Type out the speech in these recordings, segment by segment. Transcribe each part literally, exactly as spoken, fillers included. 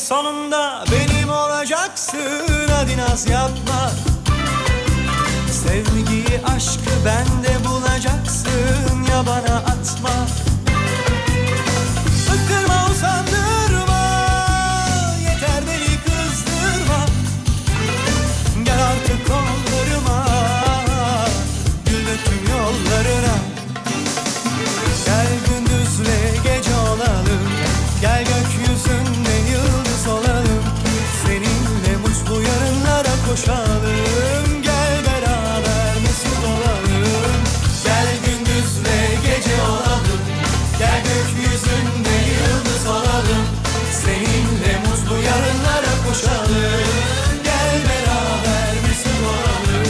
sonunda benim olacaksın, hadi naz yapma. Sevgiyi, aşkı bende bulacaksın, ya bana atma. Bıktırma, usandırma, yeter beni kızdırma. Gel artık kollarıma, gül döküm yollarına. Gel gündüzle gece olalım, gel gökyüzünde yıldız olalım. Seninle mutlu yarınlara koşalım, gel beraber mesut olalım. Gel gündüzle gece olalım, gel gökyüzünde yıldız olalım. Seninle mutlu yarınlara koşalım, gel beraber mesut olalım.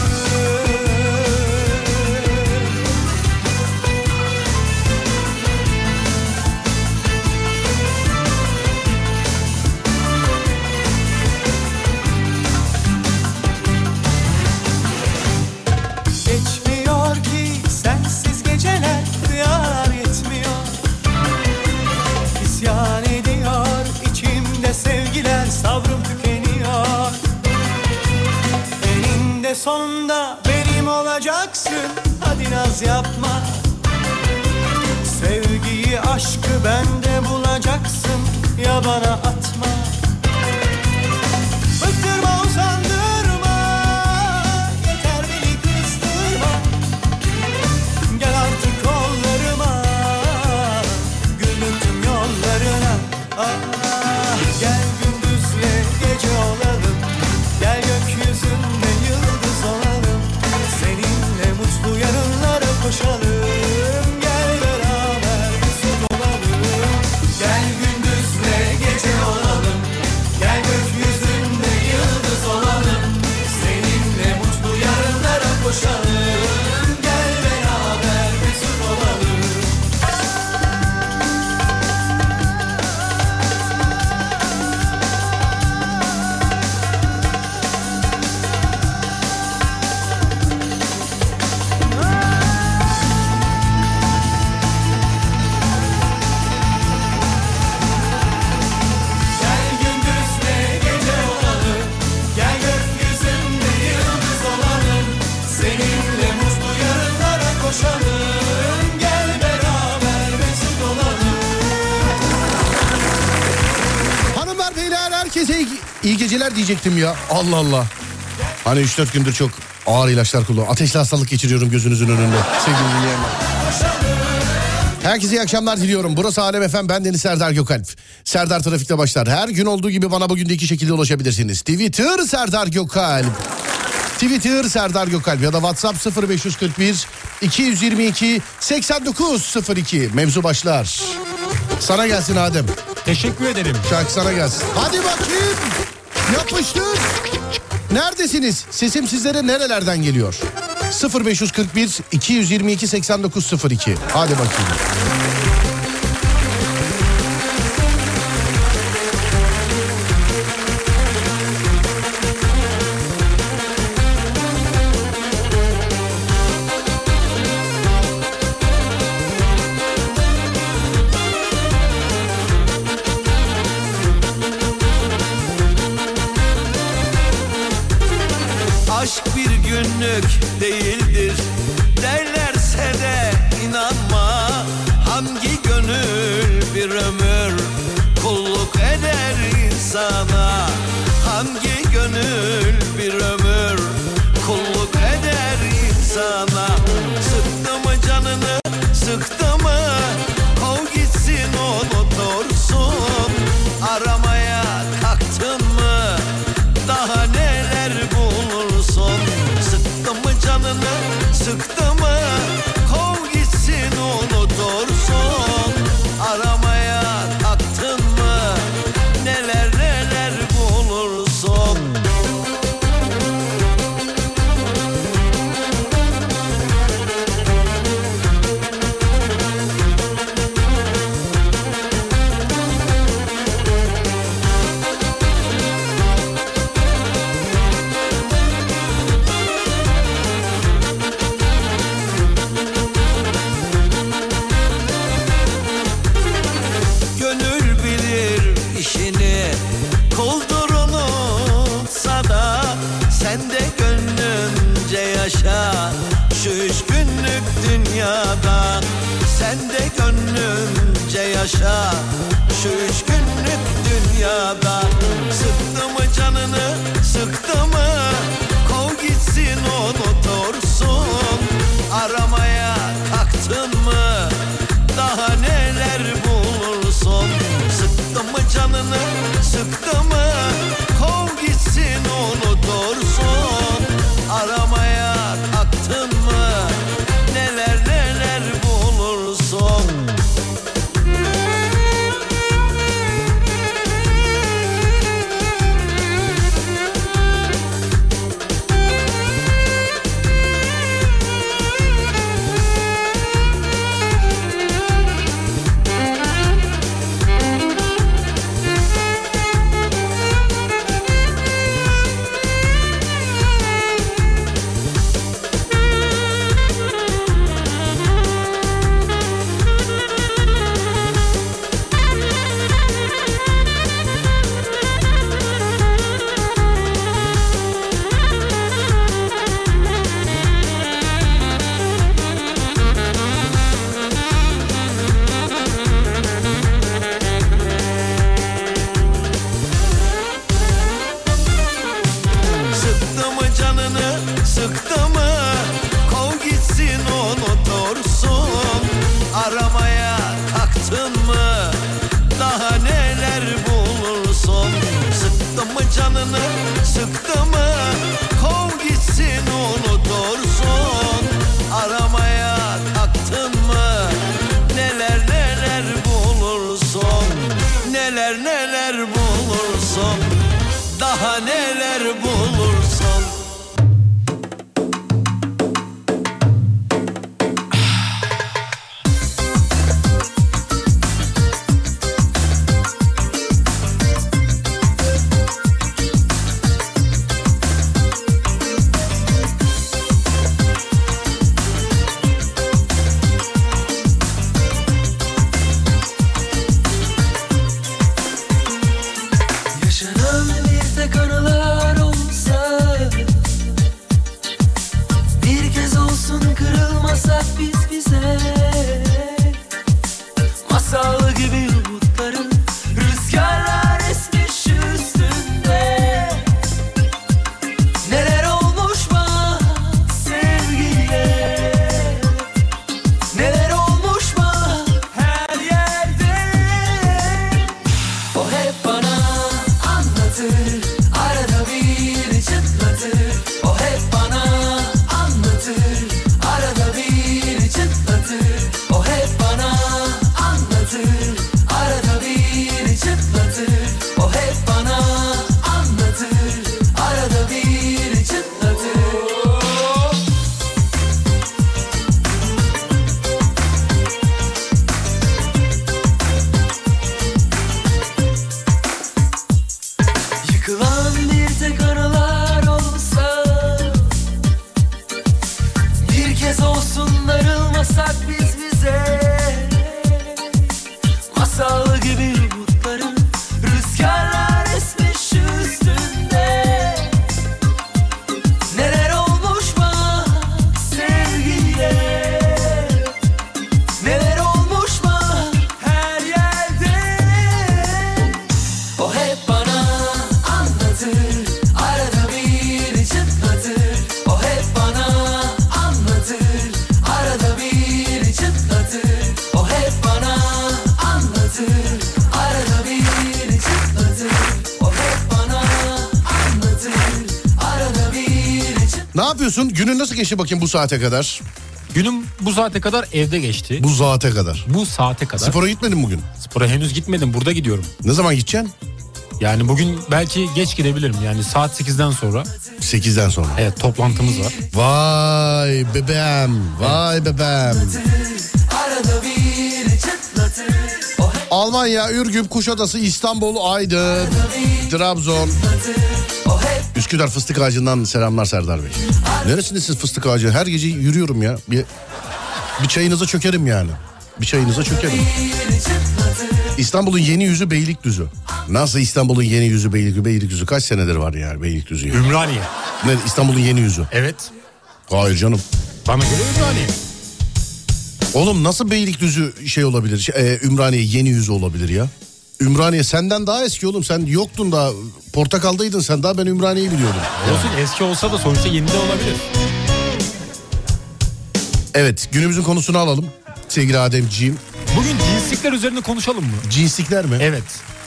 Geçmiyor ki sensiz geceler, rüyalar yetmiyor. İsyan ediyor içimde sevgiler, sabrım tükeniyor. Eninde sonunda benim olacaksın, hadi naz yapma. Sevgiyi, aşkı bende bulacaksın, ya bana atma. Bıktırma, usandırma, yeter beni kızdırma. Gel artık kollarıma, gülüm tüm yollarına. Ah, gel gündüzle gece olalım, gel gökyüzünde yıldız olalım. Seninle mutlu yarınlara koşalım, gel beraber mesut olalım. Gel gündüzle gece olalım, gel gökyüzünde yıldız olalım. Seninle mutlu yarınlara koşalım, gel beraber mesut olalım. Gel gündüzle gece olalım, gel gökyüzünde yıldız olalım. Seninle mutlu yarınlara koşalım, gel beraber mesut olalım. Hanımlar beyler herkese iyi, iyi geceler diyecektim ya. Allah Allah. Hani üç dört gündür çok ağır ilaçlar kullanıyorum. Ateşli hastalık geçiriyorum gözünüzün önünde. Sevgili dinleyenler. Herkese iyi akşamlar diliyorum. Burası Alem F M, ben Deniz Serdar Gökalp. Serdar Trafik'te başlar. Her gün olduğu gibi bana bugün de iki şekilde ulaşabilirsiniz. Twitter Serdar Gökalp. Twitter Serdar Gökalp ya da WhatsApp sıfır beş kırk bir iki yüz yirmi iki seksen dokuz sıfır iki. Mevzu başlar. Sana gelsin Adem. Teşekkür ederim. Şarkı sana gelsin. Hadi bakayım. Yapıştır. Neredesiniz? Sesim sizlere nerelerden geliyor? sıfır beş kırk bir iki yüz yirmi iki seksen dokuz sıfır iki. Hadi bakayım. Aşk bir günlük değildir derlerse de inanma. Hangi gönül bir ömür kulluk eder insana? Hangi gönül bir ömür kulluk eder insana? Sıktı mı canını, sıktı mı? Kov gitsin, unutursun. Aramaya kalktın mı? Daha neler bulursun? Sıktı mı canını, sıktı mı? Kov gitsin, unutursun. Aramaya kalktın mı? Neler neler bulursun. dünyada. Sen de gönlünce yaşa şu üç günlük dünyada. Sıktı mı canını, sıktı mı, kov gitsin unutursun. Aramaya kalktın mı daha neler bulursun. Sıktı mı canını, sıktı mı, kov gitsin unutursun. Aramaya kalktın mı neler neler bulursun. Canını sıktı mı, kov gitsin unutursun. Aramaya kalktın mı neler neler bulursun. Neler neler bulursun, daha neler bulursun. Ne yapıyorsun? Günün nasıl geçti bakayım bu saate kadar? Günüm bu saate kadar evde geçti. Bu saate kadar. Bu saate kadar. Spora gitmedin bugün? Spora henüz gitmedim. Burada gidiyorum. Ne zaman gideceksin? Yani bugün belki geç gidebilirim. Yani saat sekizden sonra. sekizden sonra. Evet, toplantımız var. Vay bebeğim. Vay bebeğim. Almanya, Ürgüp, Kuşadası, İstanbul, Aydın, Trabzon, Üsküdar Fıstık Ağacı'ndan selamlar Serdar Bey. Neresindesiniz Fıstık Ağacı? Her gece yürüyorum ya. Bir, bir çayınıza çökerim yani. Bir çayınıza çökerim. İstanbul'un yeni yüzü Beylikdüzü. Nasıl İstanbul'un yeni yüzü Beylikdüzü? Beylikdüzü kaç senedir var ya Beylikdüzü ya? Ümraniye. Ne, İstanbul'un yeni yüzü? Evet. Hayır canım. Bana göre Ümraniye. Oğlum nasıl Beylikdüzü şey olabilir? Şey, e, Ümraniye yeni yüzü olabilir ya. Ümraniye senden daha eski oğlum. Sen yoktun daha. Portakal'daydın sen daha, ben Ümraniye'yi biliyordum. Olsun, eski olsa da sonuçta yeni de olabilir. Evet, günümüzün konusunu alalım sevgili Ademciğim. Bugün cinslikler üzerine konuşalım mı? Cinslikler mi? Evet.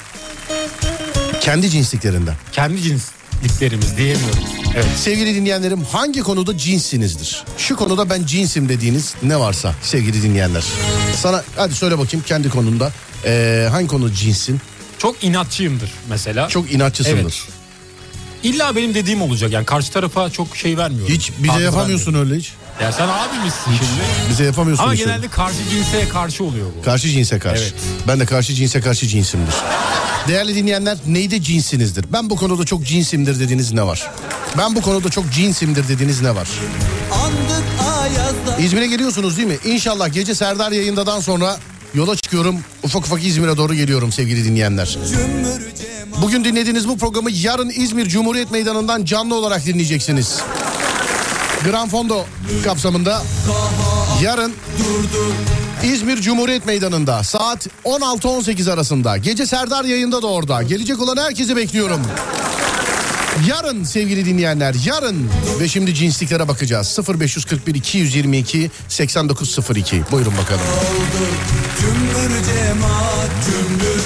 Kendi cinsliklerinden. Kendi cinsliklerimiz diyemiyorum. Evet. Sevgili dinleyenlerim, hangi konuda cinssinizdir? Şu konuda ben cinsim dediğiniz ne varsa sevgili dinleyenler. Sana hadi söyle bakayım kendi konunda. Ee, hangi konuda cinssin? Çok inatçıyımdır mesela. Çok inatçısındır. Evet. İlla benim dediğim olacak yani, karşı tarafa çok şey vermiyorum. Hiç bize Taviz yapamıyorsun vermiyorum. öyle hiç. Ya sen abimizsin şimdi. Bize yapamıyorsun. Ama işte. genelde karşı cinse karşı oluyor bu. Karşı cinse karşı. Evet. Ben de karşı cinse karşı cinsimdir. Değerli dinleyenler, neyde cinsinizdir? Ben bu konuda çok cinsimdir dediğiniz ne var? Ben bu konuda çok cinsimdir dediğiniz ne var? İzmir'e geliyorsunuz değil mi? İnşallah gece Serdar yayındadan sonra yola çıkıyorum. Ufak ufak İzmir'e doğru geliyorum sevgili dinleyenler. Bugün dinlediğiniz bu programı yarın İzmir Cumhuriyet Meydanı'ndan canlı olarak dinleyeceksiniz. Gran Fondo kapsamında yarın İzmir Cumhuriyet Meydanı'nda saat on altı on sekiz arasında. Gece Serdar yayında da orada. Gelecek olan herkesi bekliyorum. Yarın sevgili dinleyenler, yarın. Ve şimdi cinsliklere bakacağız. sıfır beş kırk bir iki yüz yirmi iki seksen dokuz sıfır iki. Buyurun bakalım. Cümbür cemaat cümbür.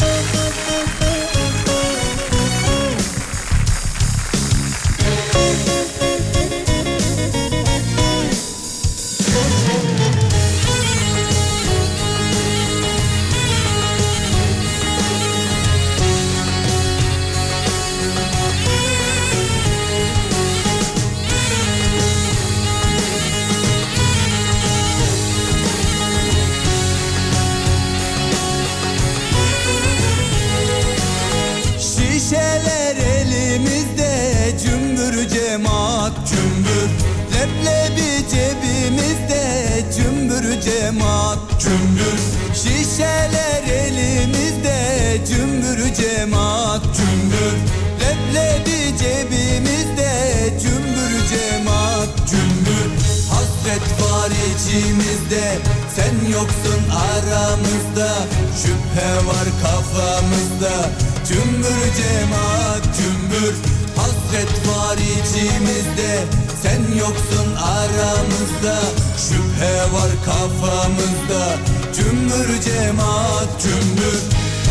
Şişeler elimizde cümbür cemaat cümbür. Leblebi cebimizde cümbür cemaat cümbür. Şişeler elimizde cümbür cemaat cümbür. Leblebi cebimizde cümbür cemaat cümbür. Hasret var içimizde, sen yoksun aramızda. Şüphe var kafamızda, cümbür cemaat cümbür. Hasret var içimizde, sen yoksun aramızda. Şüphe var kafamızda, cümbür cemaat cümbür.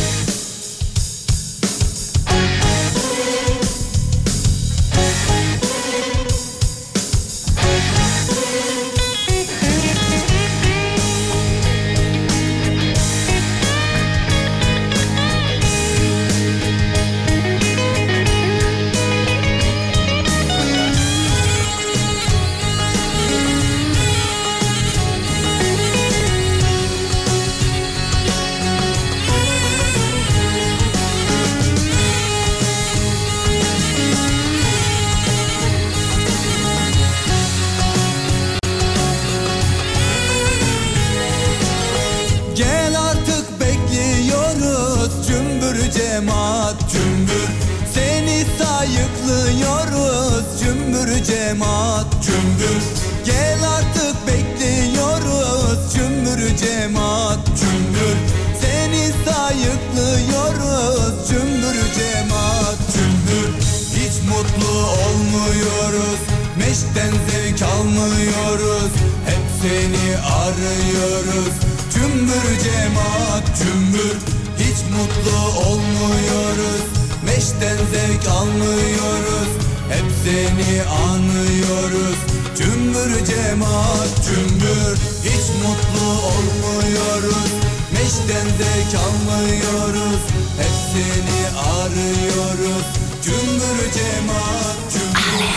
Cemaat cümbür, gel artık bekliyoruz. Cümbür cemaat cümbür, seni sayıklıyoruz. Cümbür cemaat cümbür, hiç mutlu olmuyoruz. Meşten zevk almıyoruz, hep seni arıyoruz. Cümbür cemaat cümbür, hiç mutlu olmuyoruz. Meşten zevk almıyoruz, hep seni anıyoruz. Cümbür cemaat cümbür, hiç mutlu olmuyoruz. Meşten zevk almıyoruz, hep seni arıyoruz. Cümbür cemaat cümbür.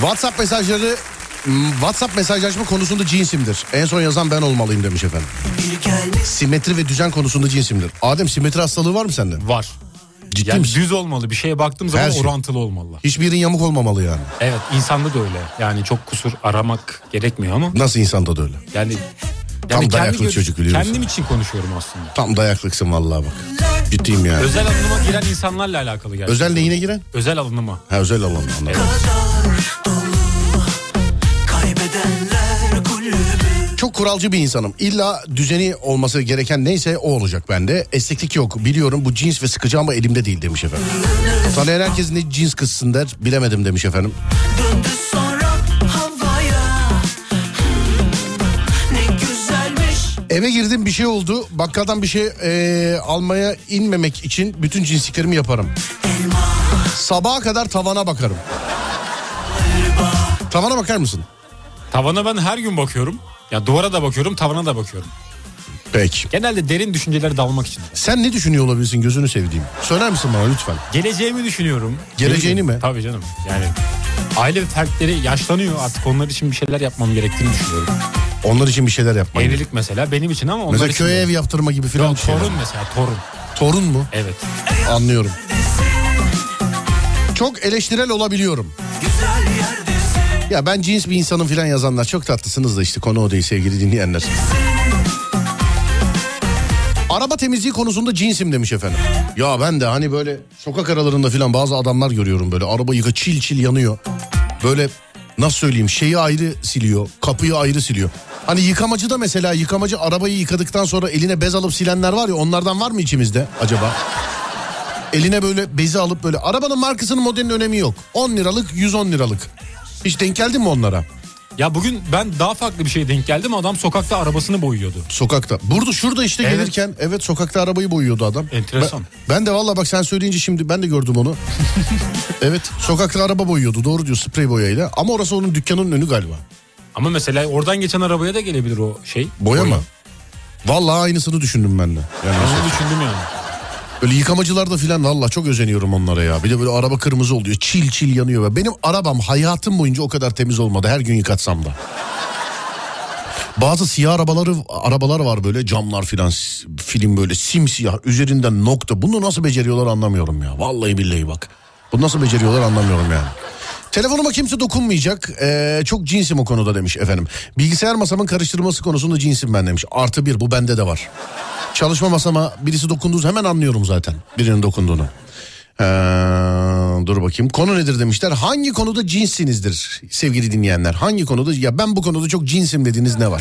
WhatsApp mesajları WhatsApp mesajlaşma konusunda cinsimdir. En son yazan ben olmalıyım demiş efendim. Simetri ve düzen konusunda cinsimdir. Adem, simetri hastalığı var mı sende? Var. Ciddi yani misin? düz olmalı, bir şeye baktığım zaman şey. orantılı olmalı. Hiçbir yerin yamuk olmamalı yani. Evet, insanda da öyle. Yani çok kusur aramak gerekmiyor ama. Nasıl insanda da öyle? Yani, Tam yani dayaklık kendi, çocuk biliyor musun? Kendim için konuşuyorum aslında. Tam dayaklıksın vallahi bak. Ciddiyim yani. Özel alınıma giren insanlarla alakalı gerçekten. Özel neyine giren? Özel alınıma. Ha, özel alınma. Evet. Çok kuralcı bir insanım. İlla düzeni olması gereken neyse o olacak bende. Esneklik yok. Biliyorum bu cins ve sıkıcı ama elimde değil demiş efendim. Tanıyan herkes ne cins kızsın der. Bilemedim demiş efendim. Eve girdim, bir şey oldu. Bakkaldan bir şey ee, almaya inmemek için bütün cinsliklerimi yaparım. Sabaha kadar tavana bakarım. Tavana bakar mısın? Tavana ben her gün bakıyorum. Ya duvara da bakıyorum, tavana da bakıyorum. Peki. Genelde derin düşüncelere dalmak için. Sen ne düşünüyor olabilirsin gözünü sevdiğim? Söyler misin bana lütfen? Geleceğimi düşünüyorum. Geleceğini mi? Tabii canım. Yani aile fertleri yaşlanıyor, artık onlar için bir şeyler yapmam gerektiğini düşünüyorum. Onlar için bir şeyler yapmayı. Evlilik mesela benim için ama onlar mesela için. Mesela köye ev yaptırma gibi filan. Yok, torun mesela, torun. Torun mu? Evet. Anlıyorum. Çok eleştirel olabiliyorum. Ya ben cins bir insanım filan yazanlar çok tatlısınız da işte konu o değil sevgili dinleyenler. Araba temizliği konusunda cinsim demiş efendim. Ya ben de hani böyle sokak aralarında filan bazı adamlar görüyorum böyle araba yıka çil çil yanıyor. Böyle nasıl söyleyeyim, şeyi ayrı siliyor, kapıyı ayrı siliyor. Hani yıkamacı da mesela yıkamacı arabayı yıkadıktan sonra eline bez alıp silenler var ya, onlardan var mı içimizde acaba? Eline böyle bezi alıp böyle, arabanın markasının modelinin önemi yok. on liralık yüz on liralık. Hiç denk geldin mi onlara? Ya bugün ben daha farklı bir şeye denk geldim. Adam sokakta arabasını boyuyordu. Sokakta. Burada şurada işte Evet. gelirken evet sokakta arabayı boyuyordu adam. Enteresan. Ben, ben de valla bak sen söyleyince şimdi ben de gördüm onu. Evet, sokakta araba boyuyordu, doğru diyor, sprey boyayla. Ama orası onun dükkanının önü galiba. Ama mesela oradan geçen arabaya da gelebilir o şey. Boya, boya. mı? Vallahi aynısını düşündüm ben de. Yani ben mesela. onu düşündüm yani. Böyle yıkamacılarda filan valla çok özeniyorum onlara ya. Bir de böyle araba kırmızı oluyor, çil çil yanıyor. Benim arabam hayatım boyunca o kadar temiz olmadı her gün yıkatsam da. Bazı siyah arabaları arabalar var böyle, camlar filan film böyle simsiyah, üzerinden nokta. Bunu nasıl beceriyorlar anlamıyorum ya. Vallahi billahi bak. Bunu nasıl beceriyorlar anlamıyorum yani. Telefonuma kimse dokunmayacak. Ee, çok cinsim o konuda demiş efendim. Bilgisayar masamın karıştırılması konusunda cinsim ben demiş. Artı bir, bu bende de var. Çalışma masama birisi dokunduğu hemen anlıyorum zaten birinin dokunduğunu. Ee, dur bakayım, konu nedir demişler. Hangi konuda cinssinizdir sevgili dinleyenler? Hangi konuda? Ya ben bu konuda çok cinsim dediğiniz ne var?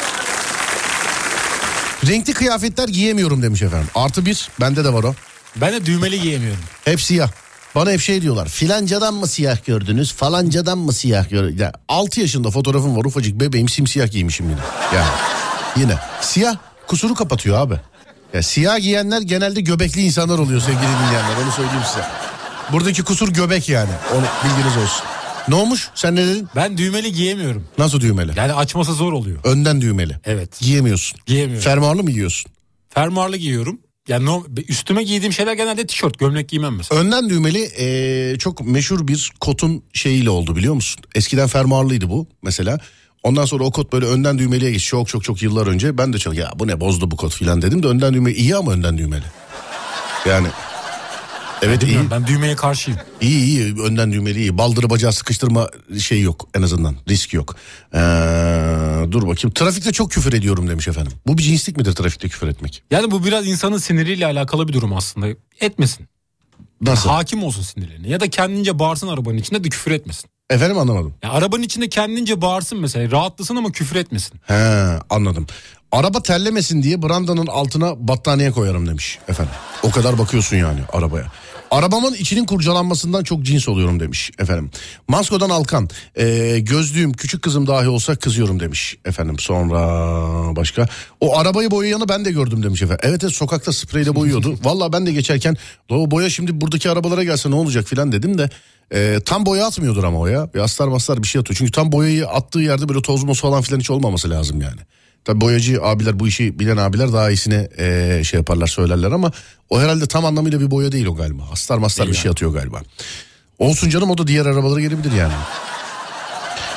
Renkli kıyafetler giyemiyorum demiş efendim. Artı bir, bende de var o. Ben de düğmeli giyemiyorum. Hep siyah. Bana hep şey diyorlar. Filancadan mı siyah gördünüz? Falancadan mı siyah gördünüz? Ya altı yaşında fotoğrafım var, ufacık bebeğim, simsiyah giymişim yine. Yani yine. Siyah kusuru kapatıyor abi. Ya siyah giyenler genelde göbekli insanlar oluyor sevgili dinleyenler, onu söyleyeyim size. Buradaki kusur göbek yani. Onu bilginiz olsun. Ne olmuş? Sen ne dedin? Ben düğmeli giyemiyorum. Nasıl düğmeli? Yani açması zor oluyor. Önden düğmeli. Evet. Giyemiyorsun. Giyemiyorum. Fermuarlı mı giyiyorsun? Fermuarlı giyiyorum. Yani no, üstüme giydiğim şeyler genelde tişört, gömlek giymem mesela. Önden düğmeli ee, çok meşhur bir kotun şeyiyle oldu biliyor musun? Eskiden fermuarlıydı bu mesela. Ondan sonra o kot böyle önden düğmeliye geçti. Çok çok çok yıllar önce. Ben de çok ya bu ne bozdu bu kot filan dedim de önden düğmeli iyi ama önden düğmeli. Yani evet iyi. Ben düğmeye karşıyım. İyi iyi önden düğmeli iyi. Baldırı bacağı sıkıştırma şey yok en azından. Risk yok. Ee, dur bakayım. Trafikte çok küfür ediyorum demiş efendim. Bu bir cinslik midir trafikte küfür etmek? Yani bu biraz insanın siniriyle alakalı bir durum aslında. Etmesin. Nasıl? Yani hakim olsun sinirlerine. Ya da kendince bağırsın arabanın içinde de küfür etmesin. Efendim anlamadım. Ya arabanın içinde kendince bağırsın mesela. Rahatlasın ama küfür etmesin. He anladım. Araba terlemesin diye brandanın altına battaniye koyarım demiş efendim. O kadar bakıyorsun yani arabaya. Arabamın içinin kurcalanmasından çok cins oluyorum demiş efendim. Masko'dan Alkan. E, gözlüğüm küçük kızım dahi olsa kızıyorum demiş efendim. Sonra başka. O arabayı boyayanı ben de gördüm demiş efendim. Evet, evet sokakta spreyle boyuyordu. Vallahi ben de geçerken o boya şimdi buradaki arabalara gelse ne olacak filan dedim de. E, tam boya atmıyordur ama o ya. Bir astar mastar bir şey atıyor. Çünkü tam boyayı attığı yerde böyle toz mos falan filan hiç olmaması lazım yani. Tabii boyacı abiler, bu işi bilen abiler daha iyisine e, şey yaparlar, söylerler ama o herhalde tam anlamıyla bir boya değil o galiba. Astar mastar değil bir yani. Şey atıyor galiba. Olsun canım, o da diğer arabalara gelebilir yani.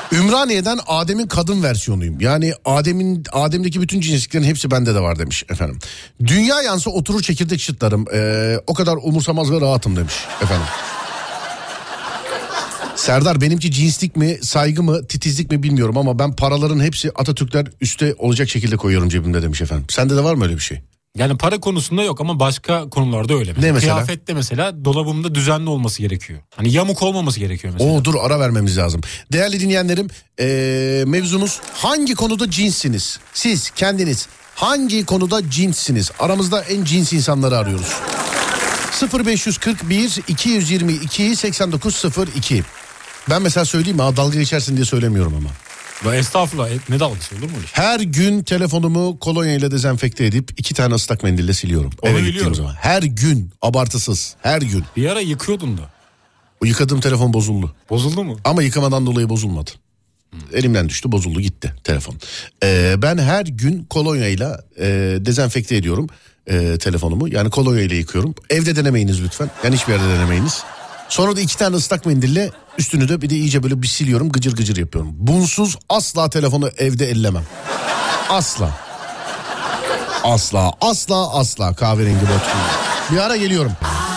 Ümraniye'den Adem'in kadın versiyonuyum. Yani Adem'in Adem'deki bütün cinsiyetlerin hepsi bende de var demiş efendim. Dünya yansa oturur çekirdek çıtlarım. Ee, o kadar umursamaz ve rahatım demiş efendim. Serdar, benimki cinslik mi, saygı mı, titizlik mi bilmiyorum ama ben paraların hepsi Atatürkler üste olacak şekilde koyuyorum cebimde demiş efendim. Sende de var mı öyle bir şey? Yani para konusunda yok ama başka konularda öyle. Ne mesela? Kıyafette mesela dolabımda düzenli olması gerekiyor. Hani yamuk olmaması gerekiyor mesela. Oo, dur, ara vermemiz lazım. Değerli dinleyenlerim, ee, mevzumuz hangi konuda cinssiniz? Siz kendiniz hangi konuda cinssiniz? Aramızda en cins insanları arıyoruz. sıfır beş kırk bir iki yüz yirmi iki seksen dokuz sıfır iki. Ben mesela söyleyeyim mi? Ha, dalga geçersin diye söylemiyorum ama. Ya estağfurullah, ne dalgası olur mu öyle? Her gün telefonumu kolonya ile dezenfekte edip iki tane ıslak mendille siliyorum. Onu Eve biliyorum. gittiğim zaman. Her gün, abartısız, her gün. Bir ara yıkıyordun da. O yıkadığım telefon bozuldu. Bozuldu mu? Ama yıkamadan dolayı bozulmadı. Hmm. Elimden düştü, bozuldu, gitti telefon. Ee, ben her gün kolonyayla e, dezenfekte ediyorum e, telefonumu. Yani kolonya ile yıkıyorum. Evde denemeyiniz lütfen. Yani hiçbir yerde denemeyiniz. Sonra da iki tane ıslak mendille üstünü de bir de iyice böyle bir siliyorum, gıcır gıcır yapıyorum. Bunsuz asla telefonu evde ellemem. Asla. Asla, asla, asla kahverengi bot. Bir ara geliyorum.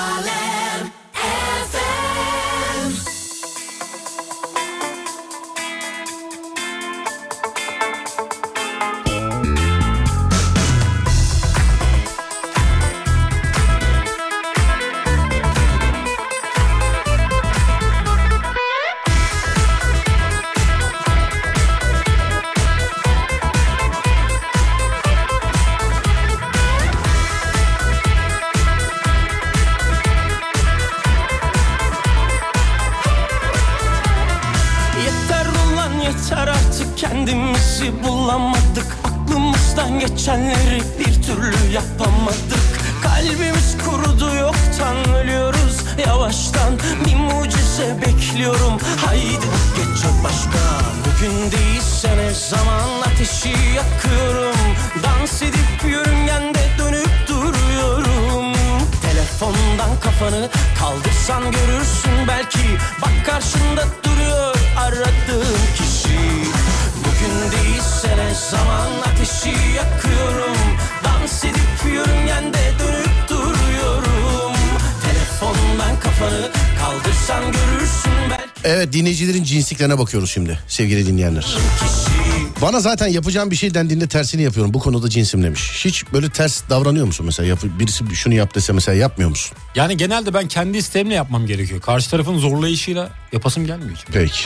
Kendimizi bulamadık, aklımızdan geçenleri bir türlü yapamadık. Kalbimiz kurudu, yoktan ölüyoruz yavaştan. Bir mucize bekliyorum, haydi gece başka. Bugün değilse ne zaman ateşi yakıyorum. Dans edip yörüngende dönüp duruyorum. Telefondan kafanı kaldırsan görürsün belki. Bak karşında duruyor aradığın kişi. Bugün değilse ne zaman ateşi yakıyorum. Dans edip yörüngende dönüp duruyorum. Telefondan kafanı kaldırsan görürsün belki. Evet, dinleyicilerin cinsliklerine bakıyoruz şimdi sevgili dinleyenler. Bana zaten yapacağım bir şey dendiğinde tersini yapıyorum. Bu konuda cinsim demiş. Hiç böyle ters davranıyor musun mesela? Yap, birisi şunu yap dese mesela yapmıyor musun? Yani genelde ben kendi isteğimle yapmam gerekiyor. Karşı tarafın zorlayışıyla yapasım gelmiyor hiç. Peki.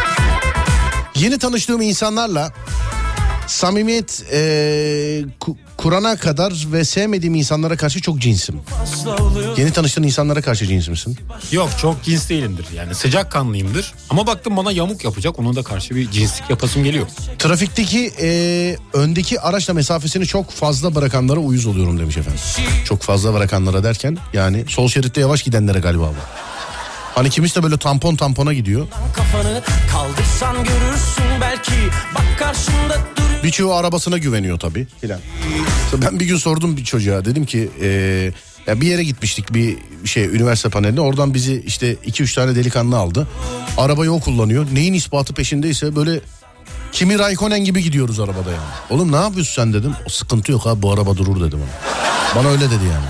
Yeni tanıştığım insanlarla samimiyet e, ku, kurana kadar ve sevmediğim insanlara karşı çok cinsim. Yeni tanıştığın insanlara karşı cins misin? Yok, çok cins değilimdir. Yani sıcakkanlıyımdır. Ama baktım bana yamuk yapacak, ona da karşı bir cinslik yapasım geliyor. Trafikteki e, öndeki araçla mesafesini çok fazla bırakanlara uyuz oluyorum demiş efendim. Çok fazla bırakanlara derken yani sol şeritte yavaş gidenlere galiba bu. Hani kimisi de böyle tampon tampona gidiyor. Kafanı kaldırsan görürsün belki. Bak karşında duruyor. Birçoğu arabasına güveniyor tabii. Filan. Ben bir gün sordum bir çocuğa, dedim ki e, ya bir yere gitmiştik, bir şey üniversite paneline. Oradan bizi işte iki üç tane delikanlı aldı. Arabayı o kullanıyor. Neyin ispatı peşindeyse böyle Kimi Raikkonen gibi gidiyoruz arabada yani. Oğlum ne yapıyorsun sen dedim. O sıkıntı yok abi, bu araba durur dedi bana. Bana öyle dedi yani.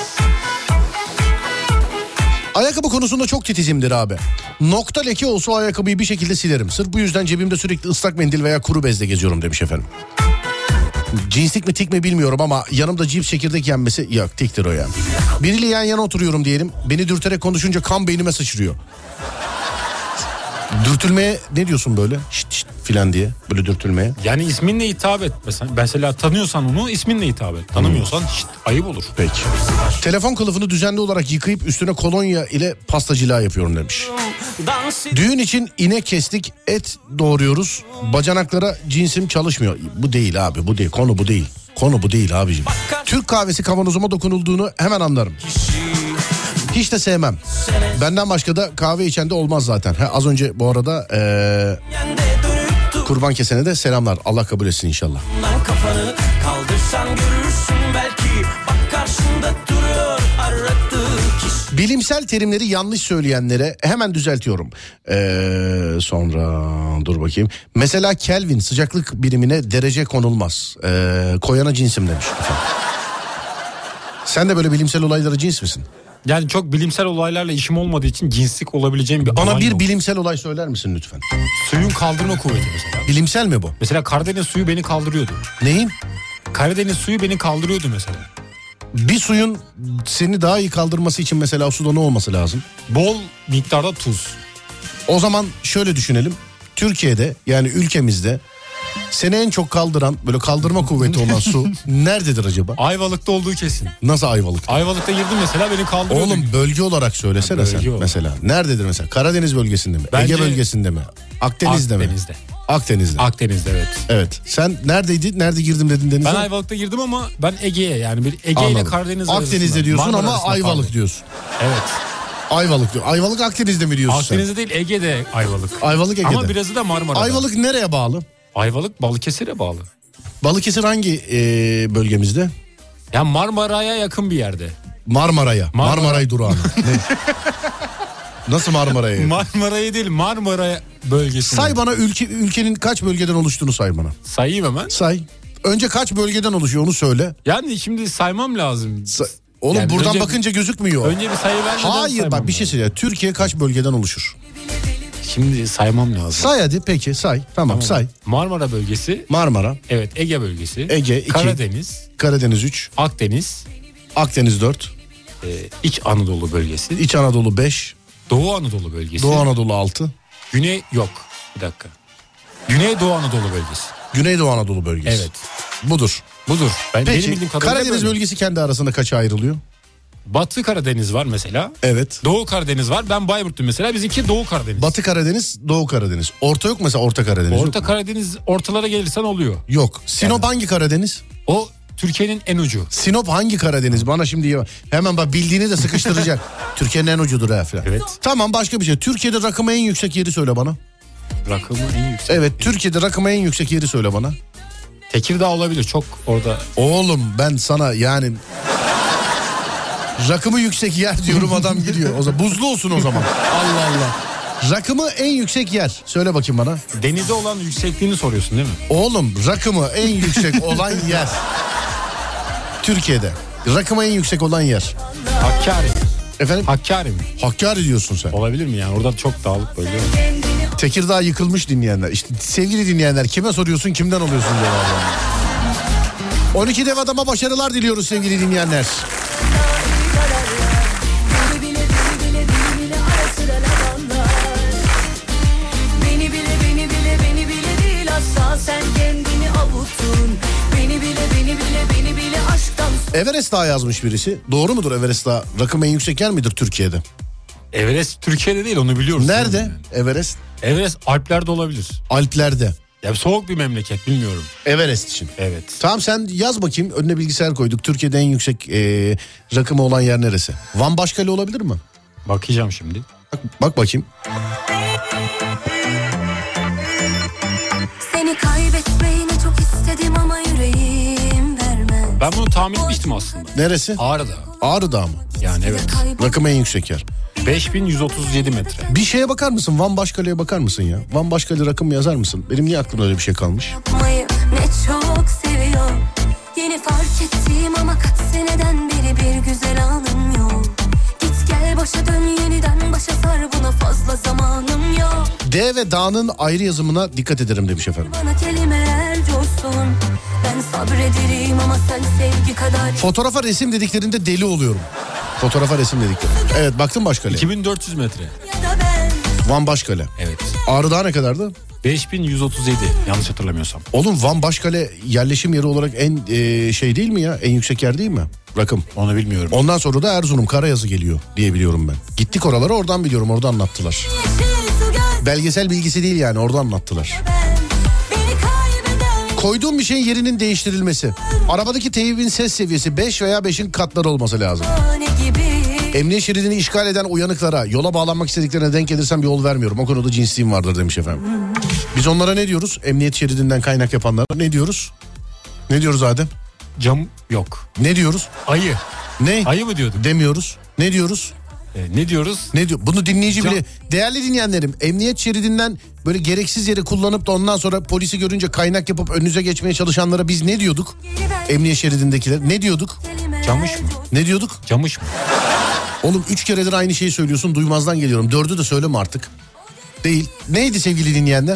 Ayakkabı konusunda çok titizimdir abi. Nokta leke olsa o ayakkabıyı bir şekilde silerim. Sırf bu yüzden cebimde sürekli ıslak mendil veya kuru bezle geziyorum demiş efendim. Cinslik mi tik mi bilmiyorum ama yanımda cips çekirdek yenmesi yok, tiktir o yani. Biriyle yan yana oturuyorum diyelim. Beni dürterek konuşunca kan beynime sıçrıyor. Dürtülmeye ne diyorsun böyle? Şşt şşt filan diye böyle dürtülmeye. Yani isminle hitap et. Mesela, mesela tanıyorsan onu isminle hitap et. Tanımıyorsan hmm. şşt, ayıp olur. Peki. Telefon kılıfını düzenli olarak yıkayıp üstüne kolonya ile pastacılığa yapıyorum demiş. Düğün için inek kestik, et doğuruyoruz. Bacanaklara cinsim çalışmıyor. Bu değil abi, bu değil. Konu bu değil. Konu bu değil abicim. Türk kahvesi kavanozuma dokunulduğunu hemen anlarım. Hiç de sevmem. Benden başka da kahve içen de olmaz zaten. Ha, az önce bu arada ee, kurban kesene de selamlar. Allah kabul etsin inşallah. Kafanı kaldırsan görürsün belki. Bak karşında duruyor aradığın kişi. Bilimsel terimleri yanlış söyleyenlere hemen düzeltiyorum. Ee, sonra dur bakayım. Mesela Kelvin sıcaklık birimine derece konulmaz. Ee, koyana cinsim demiş. Efendim. Sen de böyle bilimsel olaylara cins misin? Yani çok bilimsel olaylarla işim olmadığı için cinslik olabileceğim bir Bana alan bir yok. bilimsel olay söyler misin lütfen? Suyun kaldırma kuvveti mesela. Bilimsel mi bu? Mesela Karadeniz suyu beni kaldırıyordu. Neyin? Karadeniz suyu beni kaldırıyordu mesela. Bir suyun seni daha iyi kaldırması için mesela suda ne olması lazım? Bol miktarda tuz. O zaman şöyle düşünelim. Türkiye'de yani ülkemizde seni en çok kaldıran böyle kaldırma kuvveti olan su nerededir acaba? Ayvalık'ta olduğu kesin. Nasıl Ayvalık? Ayvalık'ta girdim mesela beni kaldırıyordu. Oğlum bölge olarak söylesene Ha, sen bölge olarak. mesela. Nerededir mesela? Karadeniz bölgesinde mi? Bence- Ege bölgesinde mi? Akdeniz'de, Akdeniz'de. mi? Akdeniz'de. Akdeniz'de evet. Evet. Sen neredeydin? Nerede girdim dedin denize? Ben Ayvalık'ta girdim ama ben Ege'ye yani bir Ege ile Anladım. Karadeniz Akdeniz'de arasında, diyorsun Marmara ama arasında Ayvalık pardon. diyorsun. Evet. Ayvalık diyor. Ayvalık Akdeniz'de mi diyorsun Akdeniz'de değil Ege'de Ayvalık. sen? Ayvalık Ege'de. Ama birazı da Marmara'da. Ayvalık nereye bağlı? Ayvalık Balıkesir'e bağlı. Balıkesir hangi e, bölgemizde? Ya Marmara'ya yakın bir yerde. Marmara'ya. Marmara. Marmaray durağına. Ne? Nasıl Marmara'ya? yakın? Marmara'ya değil Marmara bölgesinde. Say bana ülke, ülkenin kaç bölgeden oluştuğunu say bana. Sayayım hemen. Say. Önce kaç bölgeden oluşuyor onu söyle. Yani şimdi saymam lazım. Say. Oğlum Yani buradan önce- bakınca gözükmüyor. Önce bir sayı vermeden Hayır saymam bak bir şey lazım. söyle. Türkiye kaç bölgeden oluşur? Şimdi saymam lazım. Say hadi peki say. Tamam, Tamam. say. Marmara bölgesi. Marmara, Evet Ege bölgesi. Ege iki. Karadeniz. Karadeniz üç, Akdeniz. Akdeniz dört, e, İç Anadolu bölgesi. İç Anadolu beş, Doğu Anadolu bölgesi. Doğu Anadolu altı, Güney yok. Bir dakika. Güney Doğu Anadolu bölgesi. Güneydoğu Anadolu bölgesi. Evet. Budur. Budur. Ben benim Peki bildiğim kadarıyla Karadeniz böyle. bölgesi kendi arasında kaça ayrılıyor? Batı Karadeniz var mesela. Evet. Doğu Karadeniz var. Ben Bayburt'tum mesela. Bizimki Doğu Karadeniz. Batı Karadeniz, Doğu Karadeniz. Orta yok mesela Orta Karadeniz Orta yok mu? Karadeniz ortalara gelirsen oluyor. Yok. Sinop Yani. hangi Karadeniz? O Türkiye'nin en ucu. Sinop hangi Karadeniz? Bana şimdi ya- hemen bak bildiğini de sıkıştıracak. Türkiye'nin en ucudur ha falan. Evet. Tamam başka bir şey. Türkiye'de rakımı en yüksek yeri söyle bana. Rakımı en yüksek. Evet Türkiye'de rakımı en yüksek yeri söyle bana. Tekirdağ olabilir. Çok orada. Oğlum ben sana yani rakımı yüksek yer diyorum adam gidiyor. O zaman buzlu olsun o zaman. Allah Allah. Rakımı en yüksek yer. Söyle bakayım bana. Denize olan yüksekliğini soruyorsun değil mi? Oğlum rakımı en yüksek olan yer. Türkiye'de. Rakımı en yüksek olan yer. Hakkari. Efendim? Hakkari mi? Hakkari diyorsun sen. Olabilir mi yani? Orada çok dağlık bölge var. Tekirdağ yıkılmış dinleyenler. İşte sevgili dinleyenler kime soruyorsun kimden alıyorsun cevabı? on iki dev adama başarılar diliyoruz sevgili dinleyenler. Beni bile beni bile beni bile ara sıra lavanlar. Beni bile beni bile beni bile değil asla sen kendini avuttun. Beni bile beni bile beni bile aşktan. Everest Dağı yazmış birisi. Doğru mudur Everest Dağı? Rakım en yüksek yer midir Türkiye'de? Everest Türkiye'de değil onu biliyoruz. Nerede Yani. Everest? Everest Alplerde olabilir. Alplerde. Ya soğuk bir memleket bilmiyorum. Everest için. Evet. Tamam sen yaz bakayım. Önüne bilgisayar koyduk. Türkiye'de en yüksek e, rakımı olan yer neresi? Van Başkale olabilir mi? Bakacağım şimdi. Bak, bak bakayım. Seni kaybetmeyi ne çok istedim ama yüreğim vermez. Ben bunu tahmin etmiştim aslında. Neresi? Ağrı'da. Ağrı Dağı mı? Yani evet. Rakımı en yüksek yer. beş bin yüz otuz yedi metre. Bir şeye bakar mısın? Van Başkale'ye bakar mısın ya? Van Başkale rakımı yazar mısın? Benim niye aklımda öyle bir şey kalmış? Yapmayı ne çok seviyor. Yeni fark ettiğim ama kaç seneden beri bir güzel anım yok. Git gel başa dön yeniden başa sar buna fazla zamanım yok. D ve dağın ayrı yazımına dikkat ederim demiş efendim. Bana kelimeler coşsun. Ben sabrederim ama sen sevgi kadar. Fotoğrafa resim dediklerinde deli oluyorum. Fotoğrafa resim dediklerinde. Evet baktın Başkale. iki bin dört yüz metre. Ya da ben. Van Başkale. Evet. Ağrı Dağı ne kadardı? beş bin yüz otuz yedi yanlış hatırlamıyorsam. Oğlum Van Başkale yerleşim yeri olarak en e, şey değil mi ya? En yüksek yer değil mi? Rakım. Onu bilmiyorum. Ondan sonra da Erzurum Karayazı geliyor diye biliyorum ben. Gittik oralara oradan biliyorum orada anlattılar. Yeşil su göz Belgesel bilgisi değil yani orada anlattılar. ben. Beni kaybeden. Koyduğum bir şeyin yerinin değiştirilmesi. Arabadaki teybin ses seviyesi beş veya beşin katları olması lazım. Ne gibi. Emniyet şeridini işgal eden uyanıklara yola bağlanmak istediklerine denk gelirsem bir yol vermiyorum. O konuda cinsliğim vardır demiş efendim. Biz onlara ne diyoruz? Emniyet şeridinden kaynak yapanlara ne diyoruz? Ne diyoruz Adem? Cam yok. Ne diyoruz? Ayı. Ne? Ayı mı diyorduk? Demiyoruz. Ne diyoruz? E, ne diyoruz? Ne diyor? Bunu dinleyici Can- bile... Değerli dinleyenlerim, emniyet şeridinden böyle gereksiz yere kullanıp da ondan sonra polisi görünce kaynak yapıp önünüze geçmeye çalışanlara biz ne diyorduk? Emniyet şeridindekiler ne diyorduk? Camış mı? Ne diyorduk? Camış mı? Oğlum üç keredir aynı şeyi söylüyorsun, duymazdan geliyorum. Dördü de söyleme artık. Değil. Neydi sevgili dinleyenler?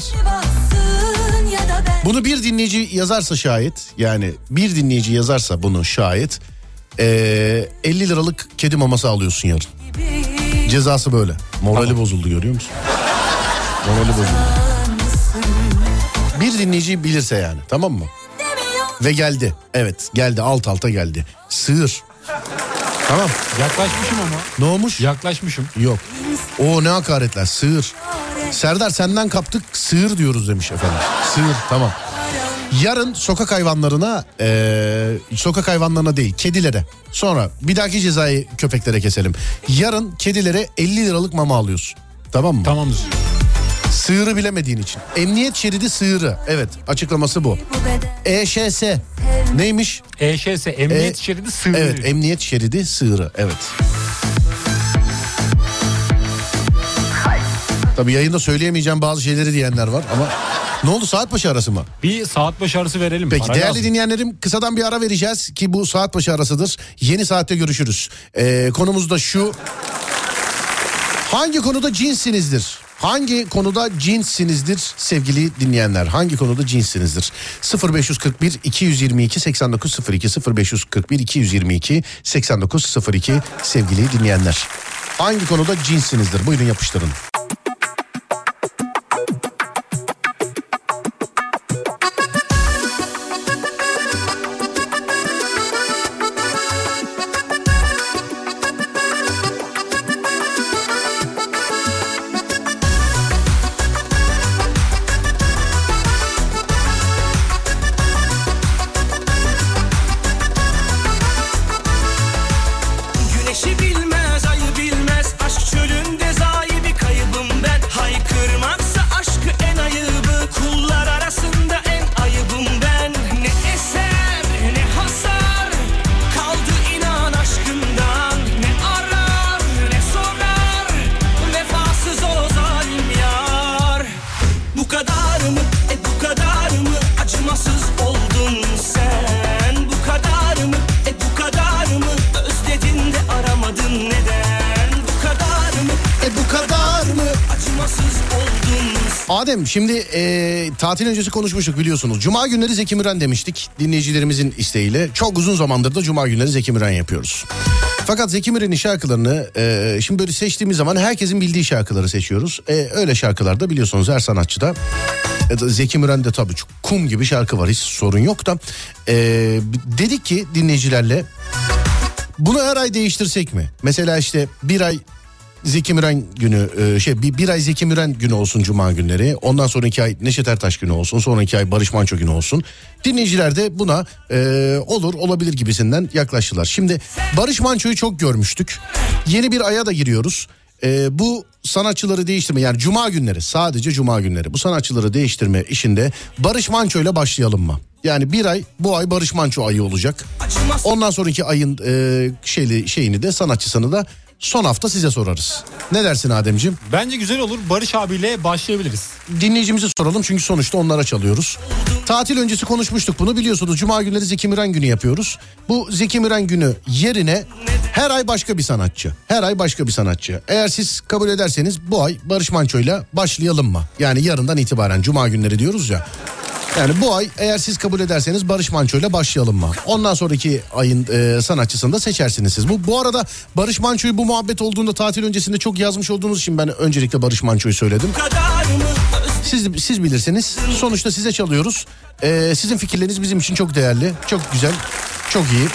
Bunu bir dinleyici yazarsa şayet, yani bir dinleyici yazarsa bunu şayet ee, elli liralık kedi maması alıyorsun yarın. Cezası böyle. Morali tamam. Bozuldu, görüyor musun? Morali bozuldu. Bir dinleyici bilirse yani, tamam mı? Ve geldi. Evet, geldi, alt alta geldi. Sığır. Tamam. Yaklaşmışım ama. Ne olmuş? Yaklaşmışım. Yok. O ne hakaretler, sığır. Serdar senden kaptık, sığır diyoruz demiş efendim. Sığır, tamam. Yarın sokak hayvanlarına, ee, sokak hayvanlarına değil, kedilere. Sonra bir dahaki cezayı köpeklere keselim. Yarın kedilere elli liralık mama alıyorsun. Tamam mı? Tamamdır. Sığırı bilemediğin için. Emniyet şeridi sığırı. Evet, açıklaması bu. E Ş S neymiş? E Ş S emniyet e, şeridi sığırı. Evet, emniyet şeridi sığırı. Evet. Tabii yayında söyleyemeyeceğim bazı şeyleri diyenler var ama ne oldu, saat başı arası mı? Bir saat başı arası verelim. Peki Para değerli lazım. dinleyenlerim, kısadan bir ara vereceğiz ki bu saat başı arasıdır. Yeni saatte görüşürüz. Ee, konumuz da şu. Hangi konuda cinssinizdir? Hangi konuda cinssinizdir sevgili dinleyenler? Hangi konuda cinssinizdir? sıfır beş kırk bir iki yüz yirmi iki seksen dokuz sıfır iki sıfır beş kırk bir iki yüz yirmi iki seksen dokuz sıfır iki sevgili dinleyenler. Hangi konuda cinssinizdir? Buyurun yapıştırın. Adem, şimdi e, tatil öncesi konuşmuştuk biliyorsunuz. Cuma günleri Zeki Müren demiştik dinleyicilerimizin isteğiyle. Çok uzun zamandır da Cuma günleri Zeki Müren yapıyoruz. Fakat Zeki Müren'in şarkılarını e, şimdi böyle seçtiğimiz zaman herkesin bildiği şarkıları seçiyoruz. E, öyle şarkılarda biliyorsunuz her sanatçıda. E, Zeki Müren'de tabii çok kum gibi şarkı var, hiç sorun yok da. E, dedik ki dinleyicilerle bunu her ay değiştirsek mi? Mesela işte bir ay Zeki Müren günü, şey bir, bir ay Zeki Müren günü olsun Cuma günleri. Ondan sonraki ay Neşet Ertaş günü olsun. Sonraki ay Barış Manço günü olsun. Dinleyiciler de buna e, olur olabilir gibisinden yaklaştılar. Şimdi Barış Manço'yu çok görmüştük. Yeni bir aya da giriyoruz. E, bu sanatçıları değiştirme, yani Cuma günleri, sadece Cuma günleri bu sanatçıları değiştirme işinde Barış Manço ile başlayalım mı? Yani bir ay, bu ay Barış Manço ayı olacak. Ondan sonraki ayın e, şeyli, şeyini de sanatçısını da son hafta size sorarız. Ne dersin Ademciğim? Bence güzel olur. Barış abiyle başlayabiliriz. Dinleyicimizi soralım çünkü sonuçta onlara çalıyoruz. Tatil öncesi konuşmuştuk bunu, biliyorsunuz. Cuma günleri Zeki Müren günü yapıyoruz. Bu Zeki Müren günü yerine her ay başka bir sanatçı. Her ay başka bir sanatçı. Eğer siz kabul ederseniz bu ay Barış Manço'yla başlayalım mı? Yani yarından itibaren Cuma günleri diyoruz ya. Yani bu ay eğer siz kabul ederseniz Barış Manço'yla başlayalım mı? Ondan sonraki ayın e, sanatçısını da seçersiniz siz. Bu, bu arada Barış Manço'yu bu muhabbet olduğunda tatil öncesinde çok yazmış olduğunuz için ben öncelikle Barış Manço'yu söyledim. Siz, siz bilirsiniz. Sonuçta size çalıyoruz. E, sizin fikirleriniz bizim için çok değerli. Çok güzel. Çok iyi.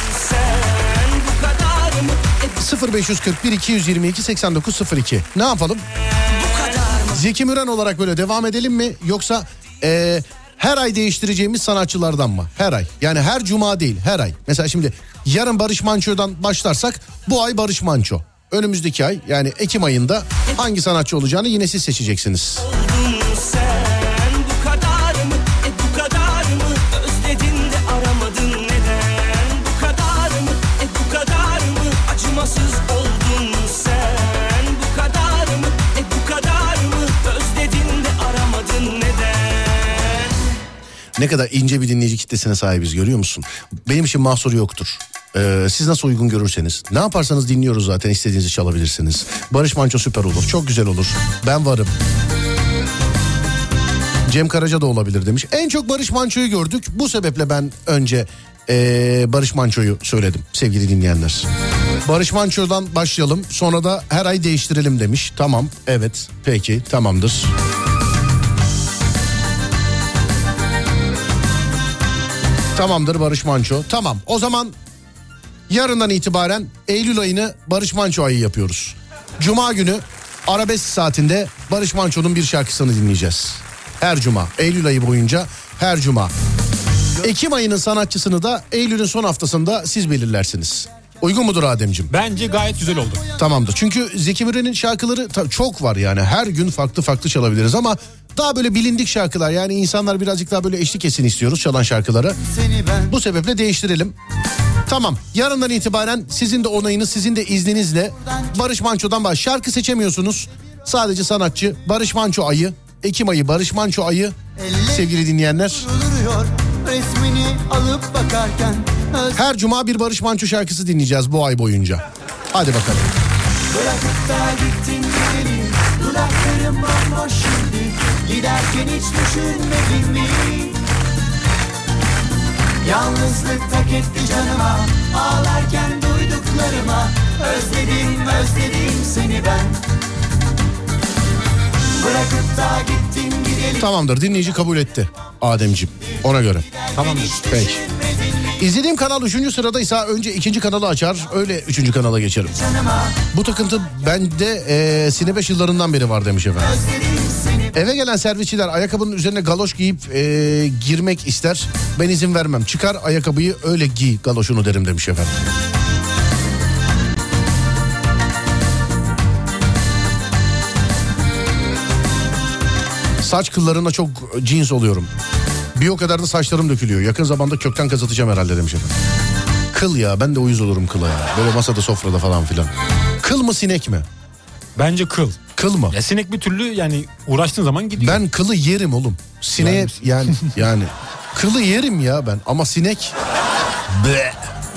sıfır beş kırk bir iki yüz yirmi iki seksen dokuz sıfır iki. Ne yapalım? Zeki Müren olarak böyle devam edelim mi? Yoksa... E, her ay değiştireceğimiz sanatçılardan mı? Her ay. Yani her cuma değil, her ay. Mesela şimdi yarın Barış Manço'dan başlarsak bu ay Barış Manço. Önümüzdeki ay, yani Ekim ayında hangi sanatçı olacağını yine siz seçeceksiniz. Sen bu kadar mı? E bu kadar mı? Özledin de aramadın neden? Bu kadar mı? E bu kadar mı? Acımasız oldun sen. Ne kadar ince bir dinleyici kitlesine sahibiz, görüyor musun? Benim için mahsur yoktur. Ee, siz nasıl uygun görürseniz. Ne yaparsanız dinliyoruz zaten, istediğinizi çalabilirsiniz. Barış Manço süper olur, çok güzel olur. Ben varım. Cem Karaca da olabilir demiş. En çok Barış Manço'yu gördük. Bu sebeple ben önce ee, Barış Manço'yu söyledim sevgili dinleyenler. Barış Manço'dan başlayalım, sonra da her ay değiştirelim demiş. Tamam, evet, peki, tamamdır. Tamamdır Barış Manço. Tamam, o zaman yarından itibaren Eylül ayını Barış Manço ayı yapıyoruz. Cuma günü arabesk saatinde Barış Manço'nun bir şarkısını dinleyeceğiz. Her cuma, Eylül ayı boyunca her cuma. Ekim ayının sanatçısını da Eylül'ün son haftasında siz belirlersiniz. Uygun mudur Ademciğim? Bence gayet güzel oldu. Tamamdır. Çünkü Zeki Müren'in şarkıları ta- çok var yani. Her gün farklı farklı çalabiliriz ama daha böyle bilindik şarkılar. Yani insanlar birazcık daha böyle eşlik etsin istiyoruz çalan şarkıları. Bu sebeple değiştirelim. Tamam. Yarından itibaren sizin de onayınız, sizin de izninizle Barış Manço'dan baş. Şarkı seçemiyorsunuz. Sadece sanatçı. Barış Manço ayı. Ekim ayı Barış Manço ayı. Sevgili dinleyenler. Resmini alıp bakarken her cuma bir Barış Manço şarkısı dinleyeceğiz bu ay boyunca. Hadi bakalım. bırakıp da gittin gidelim. Dudaklarım bomboş şimdi. Giderken hiç düşünmedin mi? Yalnızlık tak etti canıma. Ağlarken duyduklarıma. Özledim özledim seni ben. Bırakıp da gittin gidelim. Tamamdır, dinleyici kabul etti Ademciğim, ona göre. Tamamdır. Peki. İzlediğim kanal üçüncü sıradaysa önce ikinci kanalı açar, öyle üçüncü kanala geçerim. Bu takıntı bende e, Sine beş yıllarından beri var demiş efendim. Eve gelen servisçiler ayakkabının üzerine galoş giyip e, girmek ister. Ben izin vermem. Çıkar ayakkabıyı öyle giy galoşunu derim demiş efendim. Saç kıllarına çok cins oluyorum. Bir o kadar da saçlarım dökülüyor. Yakın zamanda kökten kazıtacağım herhalde demiş efendim. Kıl ya, ben de uyuz olurum kıla ya. Böyle masada, sofrada falan filan. Kıl mı sinek mi? Bence kıl. Kıl mı? Ya sinek bir türlü yani uğraştığın zaman gidiyor. Ben kılı yerim oğlum. Sineğe yani yani kılı yerim ya ben ama sinek. Be.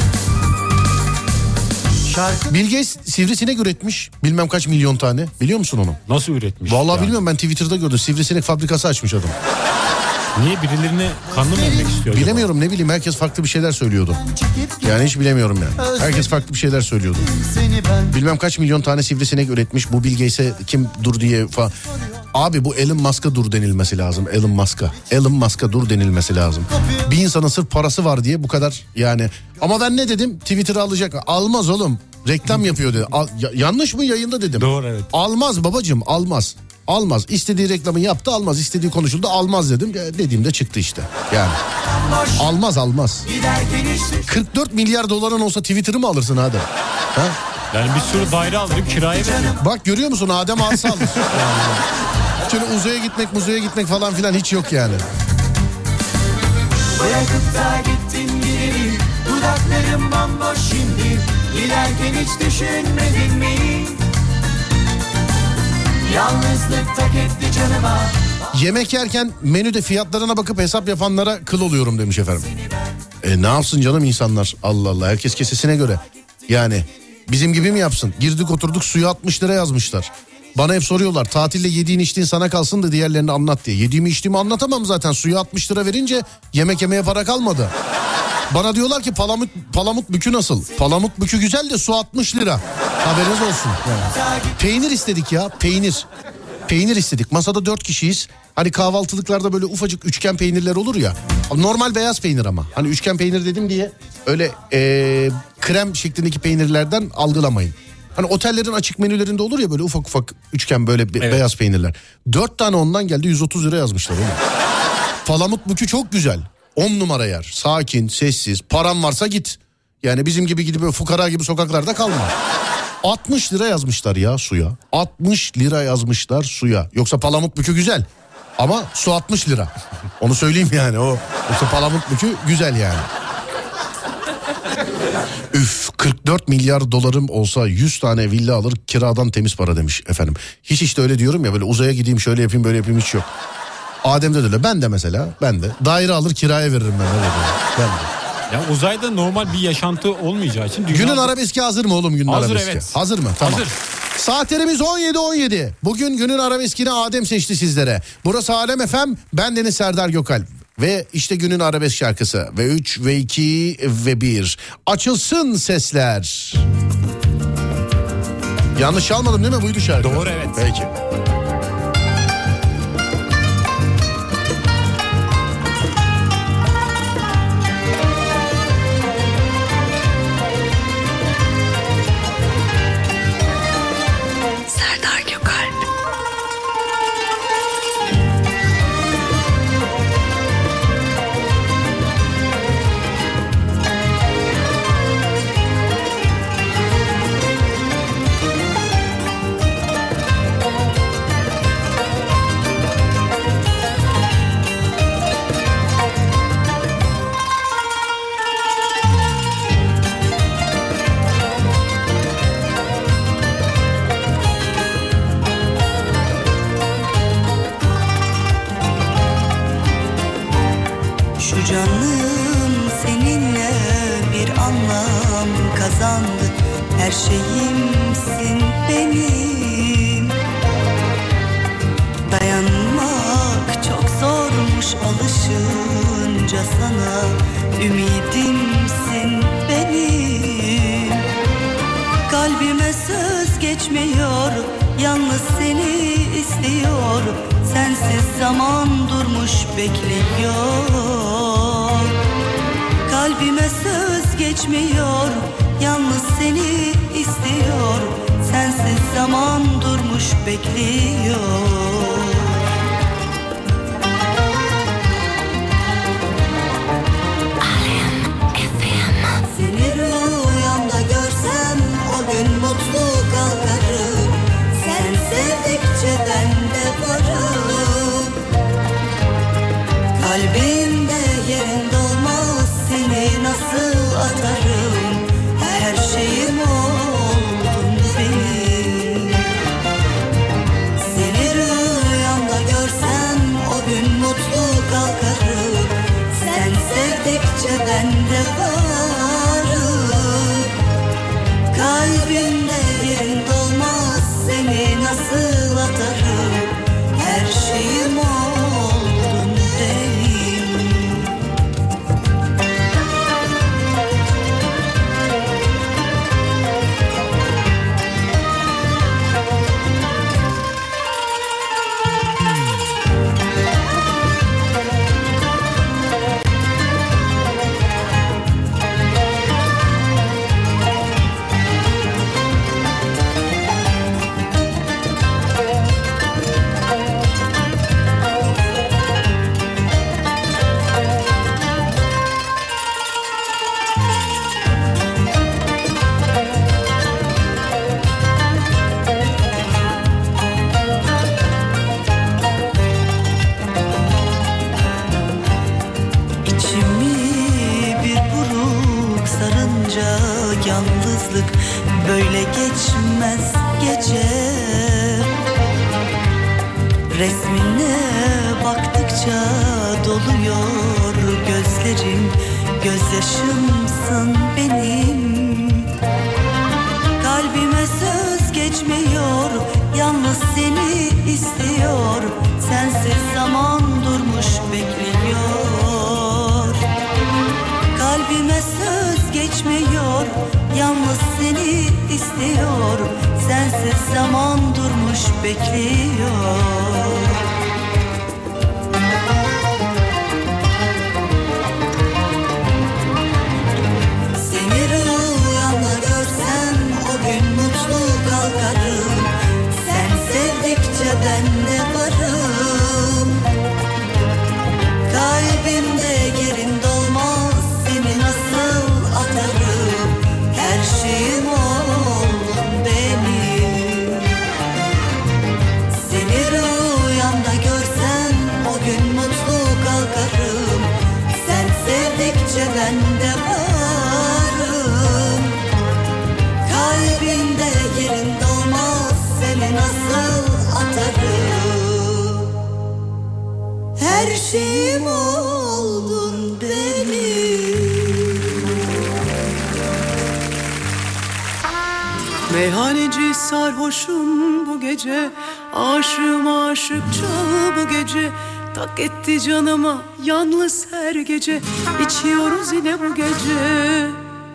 Bill Gates sivrisinek üretmiş. Bilmem kaç milyon tane. Biliyor musun onu? Nasıl üretmiş? Vallahi yani? bilmiyorum, ben Twitter'da gördüm. Sivrisinek fabrikası açmış adam. Niye birilerine kanlı mı yemek istiyor? Bilemiyorum, ne bileyim, herkes farklı bir şeyler söylüyordu. Yani hiç bilemiyorum yani. Herkes farklı bir şeyler söylüyordu. Bilmem kaç milyon tane sivrisinek üretmiş. Bu Bill Gates'e kim dur diye falan. Abi bu Elon Musk'a dur denilmesi lazım. Elon Musk'a. Elon Musk'a dur denilmesi lazım. Bir insanın sırf parası var diye bu kadar yani. Ama ben ne dedim? Twitter'ı alacak. Almaz oğlum. Reklam yapıyor dedi. Al, ya, yanlış mı yayında dedim. Doğru, evet. Almaz babacığım, almaz. Almaz. İstediği reklamı yaptı, almaz. İstediği konuşuldu, almaz dedim. Dediğimde çıktı işte. Yani. Almaz almaz. kırk dört milyar doların olsa Twitter'ı mı alırsın Adem? Ha? Yani bir sürü daire aldırıp kiraya veriyor. Bak görüyor musun, Adem alsa alır. Yani. Şöyle uzaya gitmek, muzaya gitmek falan filan hiç yok yani. Bırakıp da gittin gidelim. Dudaklarım bomboş şimdi. Giderken hiç düşünmedin mi? Yalnızlık tak etti canıma. Yemek yerken menüde fiyatlarına bakıp hesap yapanlara kıl oluyorum demiş efendim. E ne yapsın canım insanlar, Allah Allah, herkes kesesine göre. Yani bizim gibi mi yapsın? Girdik oturduk, suya altmış lira yazmışlar. Bana hep soruyorlar, tatilde yediğin içtiğin sana kalsın da diğerlerini anlat diye. Yediğimi içtiğimi anlatamam zaten, suya altmış lira verince yemek yemeye para kalmadı. Bana diyorlar ki palamut, palamut bükü nasıl? Palamut bükü güzel de su altmış lira. Haberiniz olsun. Yani. Peynir istedik ya, peynir. Peynir istedik. Masada dört kişiyiz. Hani kahvaltılıklarda böyle ufacık üçgen peynirler olur ya. Normal beyaz peynir ama. Hani üçgen peynir dedim diye öyle ee, krem şeklindeki peynirlerden algılamayın. Hani otellerin açık menülerinde olur ya böyle ufak ufak üçgen böyle be- evet. beyaz peynirler. Dört tane ondan geldi, yüz otuz lira yazmışlar oğlum. Palamut bükü çok güzel. On numara yer. Sakin, sessiz. Paran varsa git. Yani bizim gibi gidip böyle fukara gibi sokaklarda kalma. altmış lira yazmışlar ya suya. altmış lira yazmışlar suya. Yoksa palamut bükü güzel. Ama su altmış lira. Onu söyleyeyim yani o. Yoksa palamut bükü güzel yani. Üf, kırk dört milyar dolarım olsa yüz tane villa alır, kiradan temiz para demiş efendim. Hiç işte öyle diyorum ya, böyle uzaya gideyim şöyle yapayım böyle yapayım hiç yok. Adem'de de öyle. Ben de mesela. Ben de. Daire alır kiraya veririm ben. Öyle ben de. Ya uzayda normal bir yaşantı olmayacağı için... Dünya... Günün arabeski hazır mı oğlum günün hazır, arabeski? Evet. Hazır mı? Tamam. Hazır. Saatlerimiz on yedi on yedi. Bugün günün arabeskini Adem seçti sizlere. Burası Alem F M. Ben Deniz Serdar Gökalp. Ve işte günün arabesk şarkısı. Ve üç ve iki ve bir. Açılsın sesler. Yanlış çalmadım değil mi? Buydu şarkı. Doğru, evet. Peki. Her şeyimsin benim. Dayanmak çok zormuş alışınca sana. Ümidimsin benim. Kalbime söz geçmiyor, yalnız seni istiyor. Sensiz zaman durmuş bekliyor. Kalbime söz geçmiyor, yalnız seni istiyor. Sensiz zaman durmuş bekliyor. Seni rüyamda görsem o gün mutlu kalkarım. Sen sevdikçe ben de varım. Kalbimde yerin dolmaz, seni nasıl atarım. Her şeyim oldun benim. Seni rüyamda görsem o gün mutlu kalkarım. Sen sevdikçe ben de varım. Kalbimde yerin dolmaz, seni nasıl atarım. Her şeyim oldun benim. Yalnızlık böyle geçmez gece. Resmine baktıkça doluyor gözlerim. Gözyaşımsın benim. Kalbime söz geçmiyor, yalnız seni istiyor. Sensiz zaman durmuş bekliyor. Kalbime söz geçmiyor, yalnız seni istiyor. Sensiz zaman durmuş bekliyor. Seni rüyamda görsem o gün mutlu kalkarım. Sen sevdikçe ben de varım. Kalbimde yerin dolmaz, seni nasıl atarım. Her şeyim oldun benim. Seni rüyamda Meyhaneci sarhoşum bu gece, aşığım aşık çal bu gece. Tak etti canıma yalnız her gece, içiyoruz yine bu gece.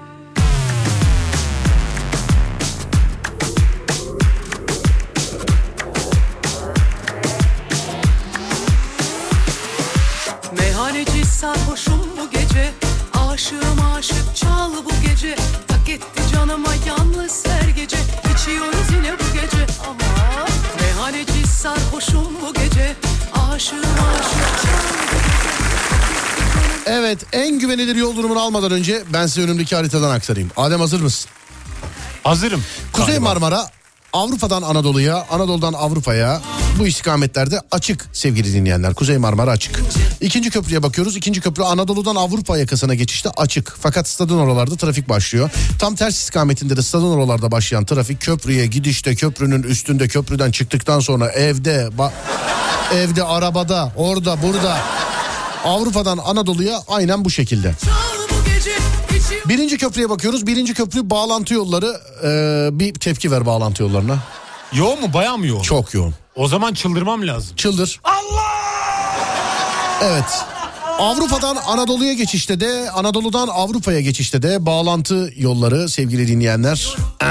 Meyhaneci sarhoşum bu gece, aşığım aşık çal bu gece. Tak etti canıma yalnız her gece, içiyoruz yine bu gece. Ama meyhaneci sarhoşum bu gece, aşığım aşık çal bu gece. Evet, en güvenilir yol durumunu almadan önce ben size önümdeki haritadan aktarayım. Adem, hazır mısın? Hazırım. Kuzey galiba. Marmara Avrupa'dan Anadolu'ya, Anadolu'dan Avrupa'ya bu istikametlerde açık sevgili dinleyenler. Kuzey Marmara açık. İkinci köprüye bakıyoruz. İkinci köprü Anadolu'dan Avrupa yakasına geçişte açık. Fakat stadın oralarda trafik başlıyor. Tam ters istikametinde de stadın oralarda başlayan trafik köprüye gidişte, köprünün üstünde, köprüden çıktıktan sonra evde, ba- evde, arabada, orada, burada. Avrupa'dan Anadolu'ya aynen bu şekilde. Birinci köprüye bakıyoruz. Birinci köprü bağlantı yolları. Ee, bir tepki ver bağlantı yollarına. Yoğun mu? Bayağı mı yoğun? Çok yoğun. O zaman çıldırmam lazım. Çıldır. Allah! Evet. Avrupa'dan Anadolu'ya geçişte de, Anadolu'dan Avrupa'ya geçişte de bağlantı yolları sevgili dinleyenler. Ee,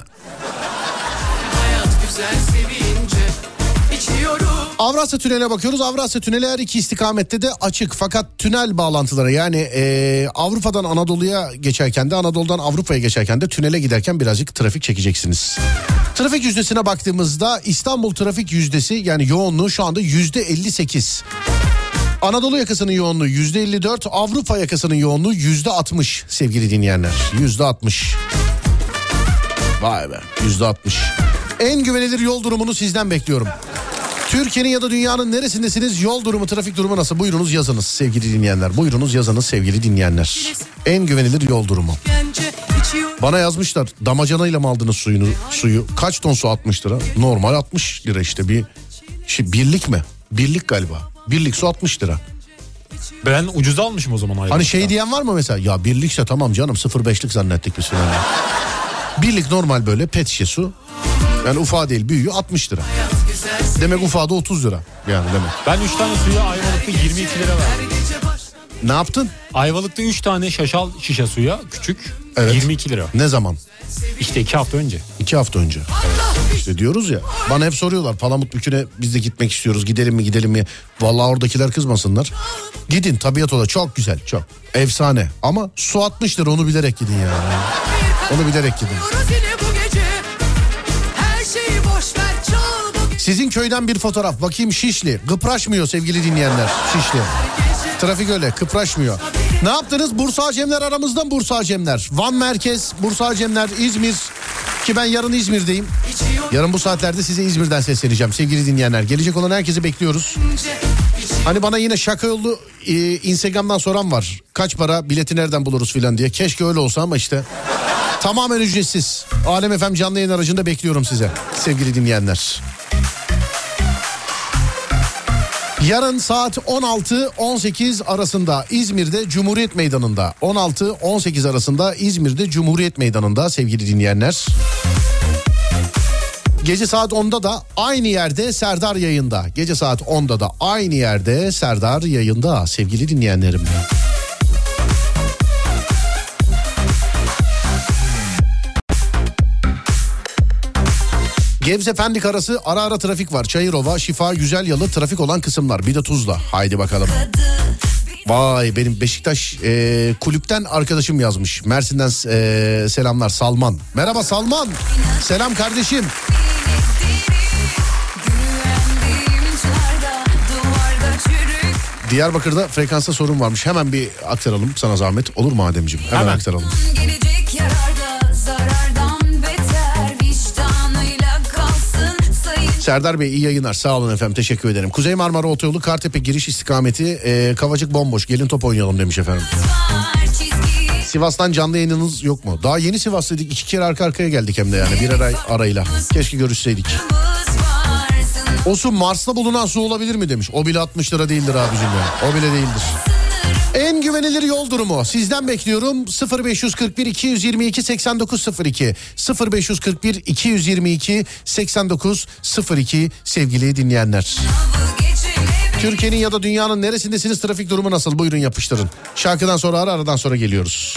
Hayat güzel sevince içiyorum. Avrasya Tüneli'ne bakıyoruz. Avrasya Tüneli her iki istikamette de açık. Fakat tünel bağlantıları yani e, Avrupa'dan Anadolu'ya geçerken de, Anadolu'dan Avrupa'ya geçerken de tünele giderken birazcık trafik çekeceksiniz. Trafik yüzdesine baktığımızda İstanbul trafik yüzdesi yani yoğunluğu şu anda yüzde elli sekiz. Anadolu yakasının yoğunluğu yüzde elli dört. Avrupa yakasının yoğunluğu yüzde altmış sevgili dinleyenler. yüzde altmış. Vay be, yüzde altmış. En güvenilir yol durumunu sizden bekliyorum. Türkiye'nin ya da dünyanın neresindesiniz? Yol durumu, trafik durumu nasıl? Buyurunuz yazınız sevgili dinleyenler. Buyurunuz yazınız sevgili dinleyenler. En güvenilir yol durumu. Bana yazmışlar, damacanayla mı aldınız suyunu, suyu? Kaç ton su? altmış lira. Normal altmış lira işte bir şey, birlik mi? Birlik galiba. Birlik su altmış lira. Ben ucuz almışım o zaman. Hani aylıkta. Şey diyen var mı mesela? Ya birlikse tamam canım, sıfır virgül beşlik zannettik biz. Yani. Birlik normal böyle pet şişe su. Yani ufağı değil, büyüğü altmış lira. Demek ufağı da otuz lira yani demek. Ben üç tane suya Ayvalık'ta yirmi iki lira verdim. Ne yaptın? Ayvalık'ta üç tane şaşal şişe suya küçük, evet. yirmi iki lira. Ne zaman? İşte iki hafta önce. İki hafta önce. Evet. İşte diyoruz ya. Bana hep soruyorlar, Palamutbükü'ne biz de gitmek istiyoruz, gidelim mi gidelim mi? Vallahi oradakiler kızmasınlar. Gidin, tabiat oda çok güzel, çok efsane. Ama su altmış lira, onu bilerek gidin yani. Onu bilerek gidin. Sizin köyden bir fotoğraf bakayım. Şişli kıpraşmıyor sevgili dinleyenler. Şişli trafik öyle kıpraşmıyor. Ne yaptınız? Bursa Acemler aramızdan. Bursa Acemler, Van Merkez, Bursa Acemler, İzmir. Ki ben yarın İzmir'deyim. Yarın bu saatlerde size İzmir'den sesleneceğim sevgili dinleyenler. Gelecek olan herkesi bekliyoruz. Hani bana yine şaka yollu e, Instagram'dan soran var. Kaç para, bileti nereden buluruz filan diye. Keşke öyle olsa ama işte tamamen ücretsiz. Alem F M canlı yayın aracında bekliyorum size sevgili dinleyenler. Yarın saat on altı on sekiz arasında İzmir'de Cumhuriyet Meydanı'nda, on altı on sekiz arasında İzmir'de Cumhuriyet Meydanı'nda sevgili dinleyenler. Gece saat onda da aynı yerde Serdar yayında. Gece saat onda da aynı yerde Serdar yayında sevgili dinleyenlerim. Gebze Pendik arası ara ara trafik var. Çayırova, Şifa, Güzelyalı trafik olan kısımlar. Bir de Tuzla. Haydi bakalım. Vay, benim Beşiktaş e, kulüpten arkadaşım yazmış. Mersin'den e, selamlar, Salman. Merhaba Salman. Selam kardeşim. Diyarbakır'da frekansta sorun varmış. Hemen bir aktaralım sana zahmet. Olur mu Ademciğim? Hemen, Hemen. aktaralım. Serdar Bey iyi yayınlar, sağ olun efendim, teşekkür ederim. Kuzey Marmara Otoyolu Kartepe giriş istikameti e, Kavacık bomboş, gelin top oynayalım demiş efendim. Sivas'tan canlı yayınınız yok mu? Daha yeni Sivas'taydık, iki kere arka arkaya geldik hem de yani birer ay arayla. Keşke görüşseydik. O su Mars'ta bulunan su olabilir mi demiş. O bile altmış lira değildir abicim ya, o bile değildir. En güvenilir yol durumu sizden bekliyorum. sıfır beş kırk bir iki yüz yirmi iki seksen dokuz sıfır iki sıfır beş kırk bir iki yüz yirmi iki seksen dokuz sıfır iki sevgili dinleyenler. Türkiye'nin ya da dünyanın neresindesiniz, trafik durumu nasıl? Buyurun yapıştırın. Şarkıdan sonra ara, aradan sonra geliyoruz.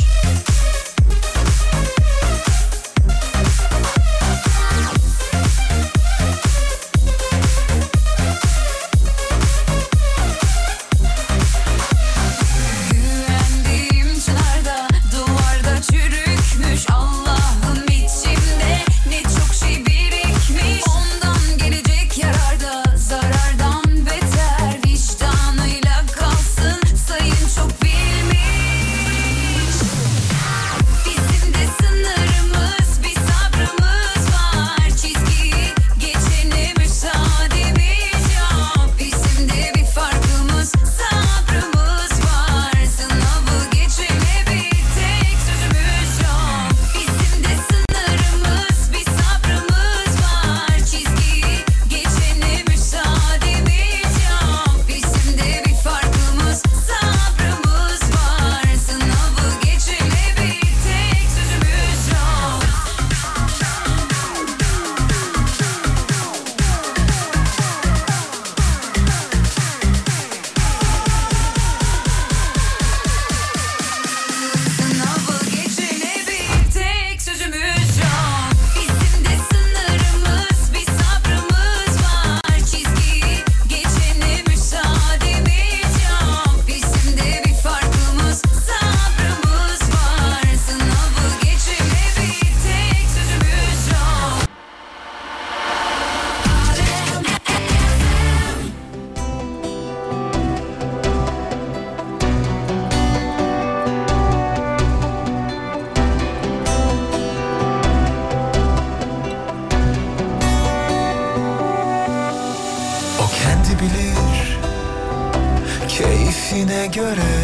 keyfine göre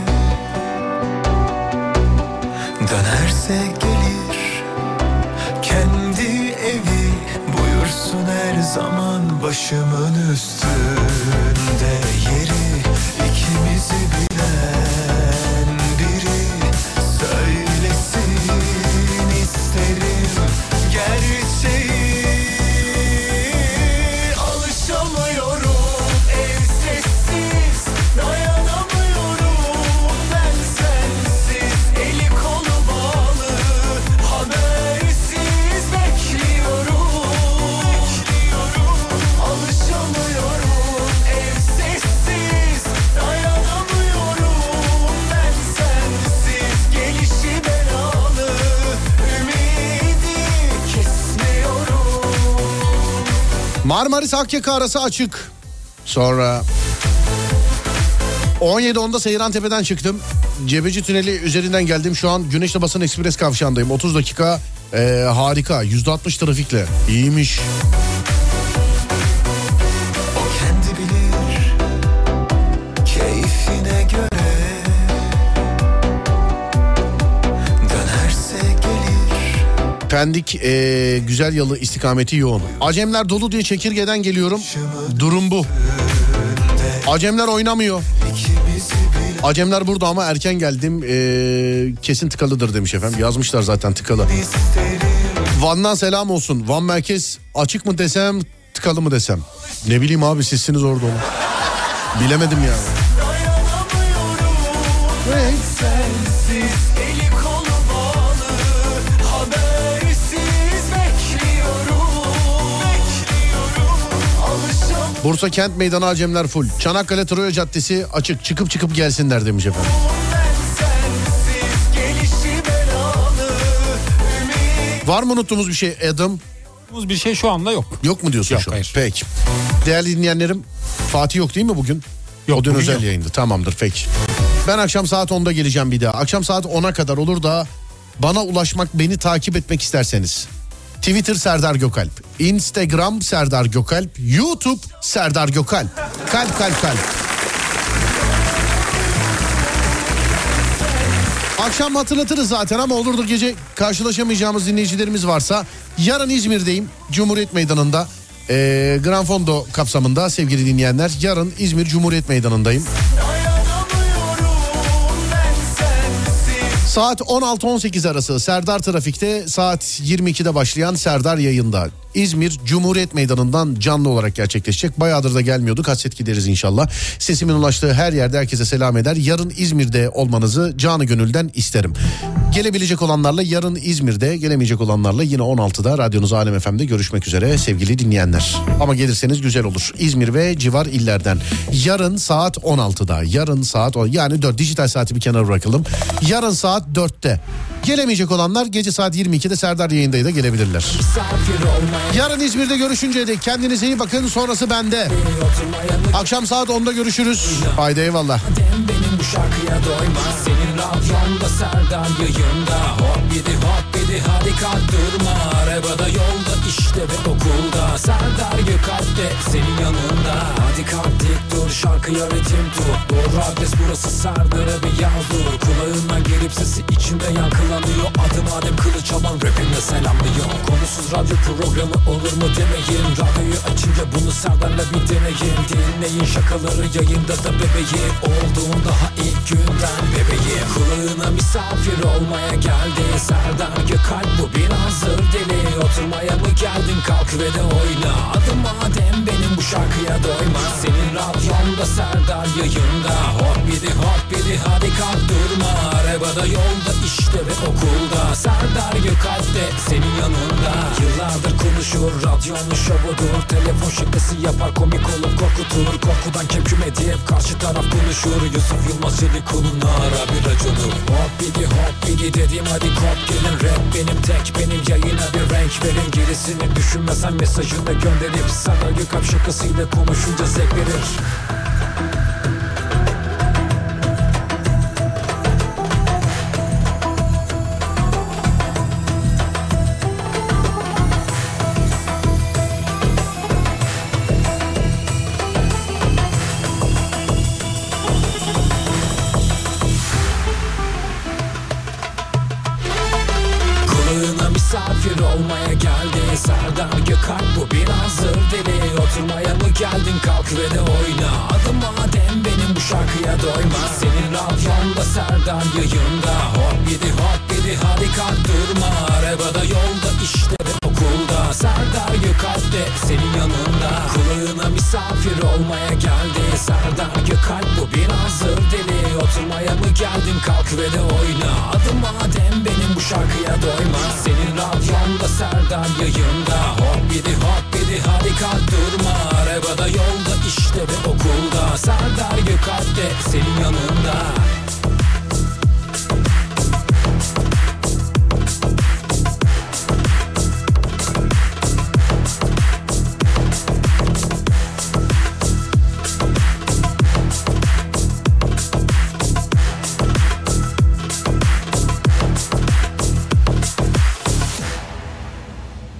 dönerse gelir kendi evi buyursun her zaman başımın üstünde yeri ikimizi bilen biri söylesin isterim gerçeği. Marmaris Akyaka arası açık. Sonra on yedi onda Seyrantepe'den çıktım. Cebeci Tüneli üzerinden geldim. Şu an Güneşli Basın Ekspres kavşağındayım. otuz dakika ee, harika. yüzde altmış trafikle. İyiymiş. O kendi bilir keyfine göre dönerse gelir. Pendik ee, güzel yalı istikameti yoğun. Acemler dolu diye Çekirge'den geliyorum. Durum bu. Acemler oynamıyor. Acemler burada ama erken geldim. Ee, kesin tıkalıdır demiş efendim. Yazmışlar zaten tıkalı. Van'dan selam olsun. Van merkez açık mı desem, tıkalı mı desem. Ne bileyim abi, sizsiniz orada onu. Bilemedim ya. Evet. Bursa Kent Meydanı Acemler full. Çanakkale Troya Caddesi açık. Çıkıp çıkıp gelsinler demiş efendim. Var mı unuttuğumuz bir şey Adam? Unuttuğumuz bir şey şu anda yok. Yok mu diyorsun yok, şu an? Hayır. Peki. Değerli dinleyenlerim, Fatih yok değil mi bugün? Yok, o dün özel yok. yayındı. Tamamdır peki. Ben akşam saat onda geleceğim bir daha. Akşam saat ona kadar olur da bana ulaşmak, beni takip etmek isterseniz. Twitter Serdar Gökalp, Instagram Serdar Gökalp, YouTube Serdar Gökalp. Kalp kalp kalp. Akşam hatırlatırız zaten ama olurdur gece karşılaşamayacağımız dinleyicilerimiz varsa yarın İzmir'deyim, Cumhuriyet Meydanı'nda. Ee, Gran Fondo kapsamında sevgili dinleyenler, yarın İzmir Cumhuriyet Meydanı'ndayım. Saat on altı on sekiz arası Serdar Trafik'te, saat yirmi ikide başlayan Serdar yayında. İzmir Cumhuriyet Meydanı'ndan canlı olarak gerçekleşecek. Bayağıdır da gelmiyorduk, hasret gideriz inşallah. Sesimin ulaştığı her yerde herkese selam eder. Yarın İzmir'de olmanızı canı gönülden isterim. Gelebilecek olanlarla yarın İzmir'de, gelemeyecek olanlarla yine on altıda radyonuz Alem F M'de görüşmek üzere sevgili dinleyenler. Ama gelirseniz güzel olur. İzmir ve civar illerden. Yarın saat on altıda. Yarın saat on, yani dört, dijital saati bir kenara bırakalım. Yarın saat dörtte. Gelemeyecek olanlar gece saat yirmi ikide Serdar yayındayı da gelebilirler. Yarın İzmir'de görüşünceye dek kendinize iyi bakın, sonrası bende. Akşam saat onda görüşürüz. Haydi eyvallah. Benim bu şarkıya doyma, senin radyonda Serdar yayında. Hop bidi hop bidi hadi kalk durma, arabada yolda işte ve okulda. Serdar Gökalp'te senin yanında. Hadi kalk dik dur, şarkıya ritim tut. Doğru adres burası, Serdar'a bir yaz dur. Kulağına gelip sesi içinde yankılanıyor. Adım adım kılıç alan rapinle selamlıyor. Konusuz radyo programı olur mu demeyin. Radyoyu açınca bunu Serdar'la bir deneyin. Dinleyin şakaları yayında da bebeğim. Olduğum daha ilk günden bebeğim. Kulağına misafir olmaya geldi Serdar Gökalp, bu bir hazır deli. Oturmaya mı geldin, kalk ve de oyna. Adım madem benim bu şarkıya doyma, senin radyonda Serdar yayında. Hop bidi hop bidi hadi kalk durma, arabada yolda işte ve okulda. Serdar Gökalp de senin yanında. Yıllardır konuşur, radyonun şovudur. Telefon şakası yapar, komik olup korkutur. Korkudan kem küme diye hep karşı taraf konuşur. Yusuf Yılmaz Çelikul'un ara bir raconu. Hop bidi hop bidi dedim hadi kop gelin. Rap benim tek benim, yayına bir renk verin. Gerisini düşünmesen mesajını da gönderip Serdar Gökalp şakasıyla konuşunca zevk verir. Misafir olmaya geldi Serdar Gökalp, bu bir hazır deli. Oturmaya mı geldin, kalk ve de oyna. Adım madem benim bu şarkıya doyma, senin radyonda Serdar yayında. Hop bidi hop bidi hadi kalk durma, arabada yolda işte ve okulda. Serdar Gökalp de senin yanında. Kulağına misafir olmaya geldi Serdar Gökalp, bu bir hazır deli. Oturmaya mı geldin, kalk ve de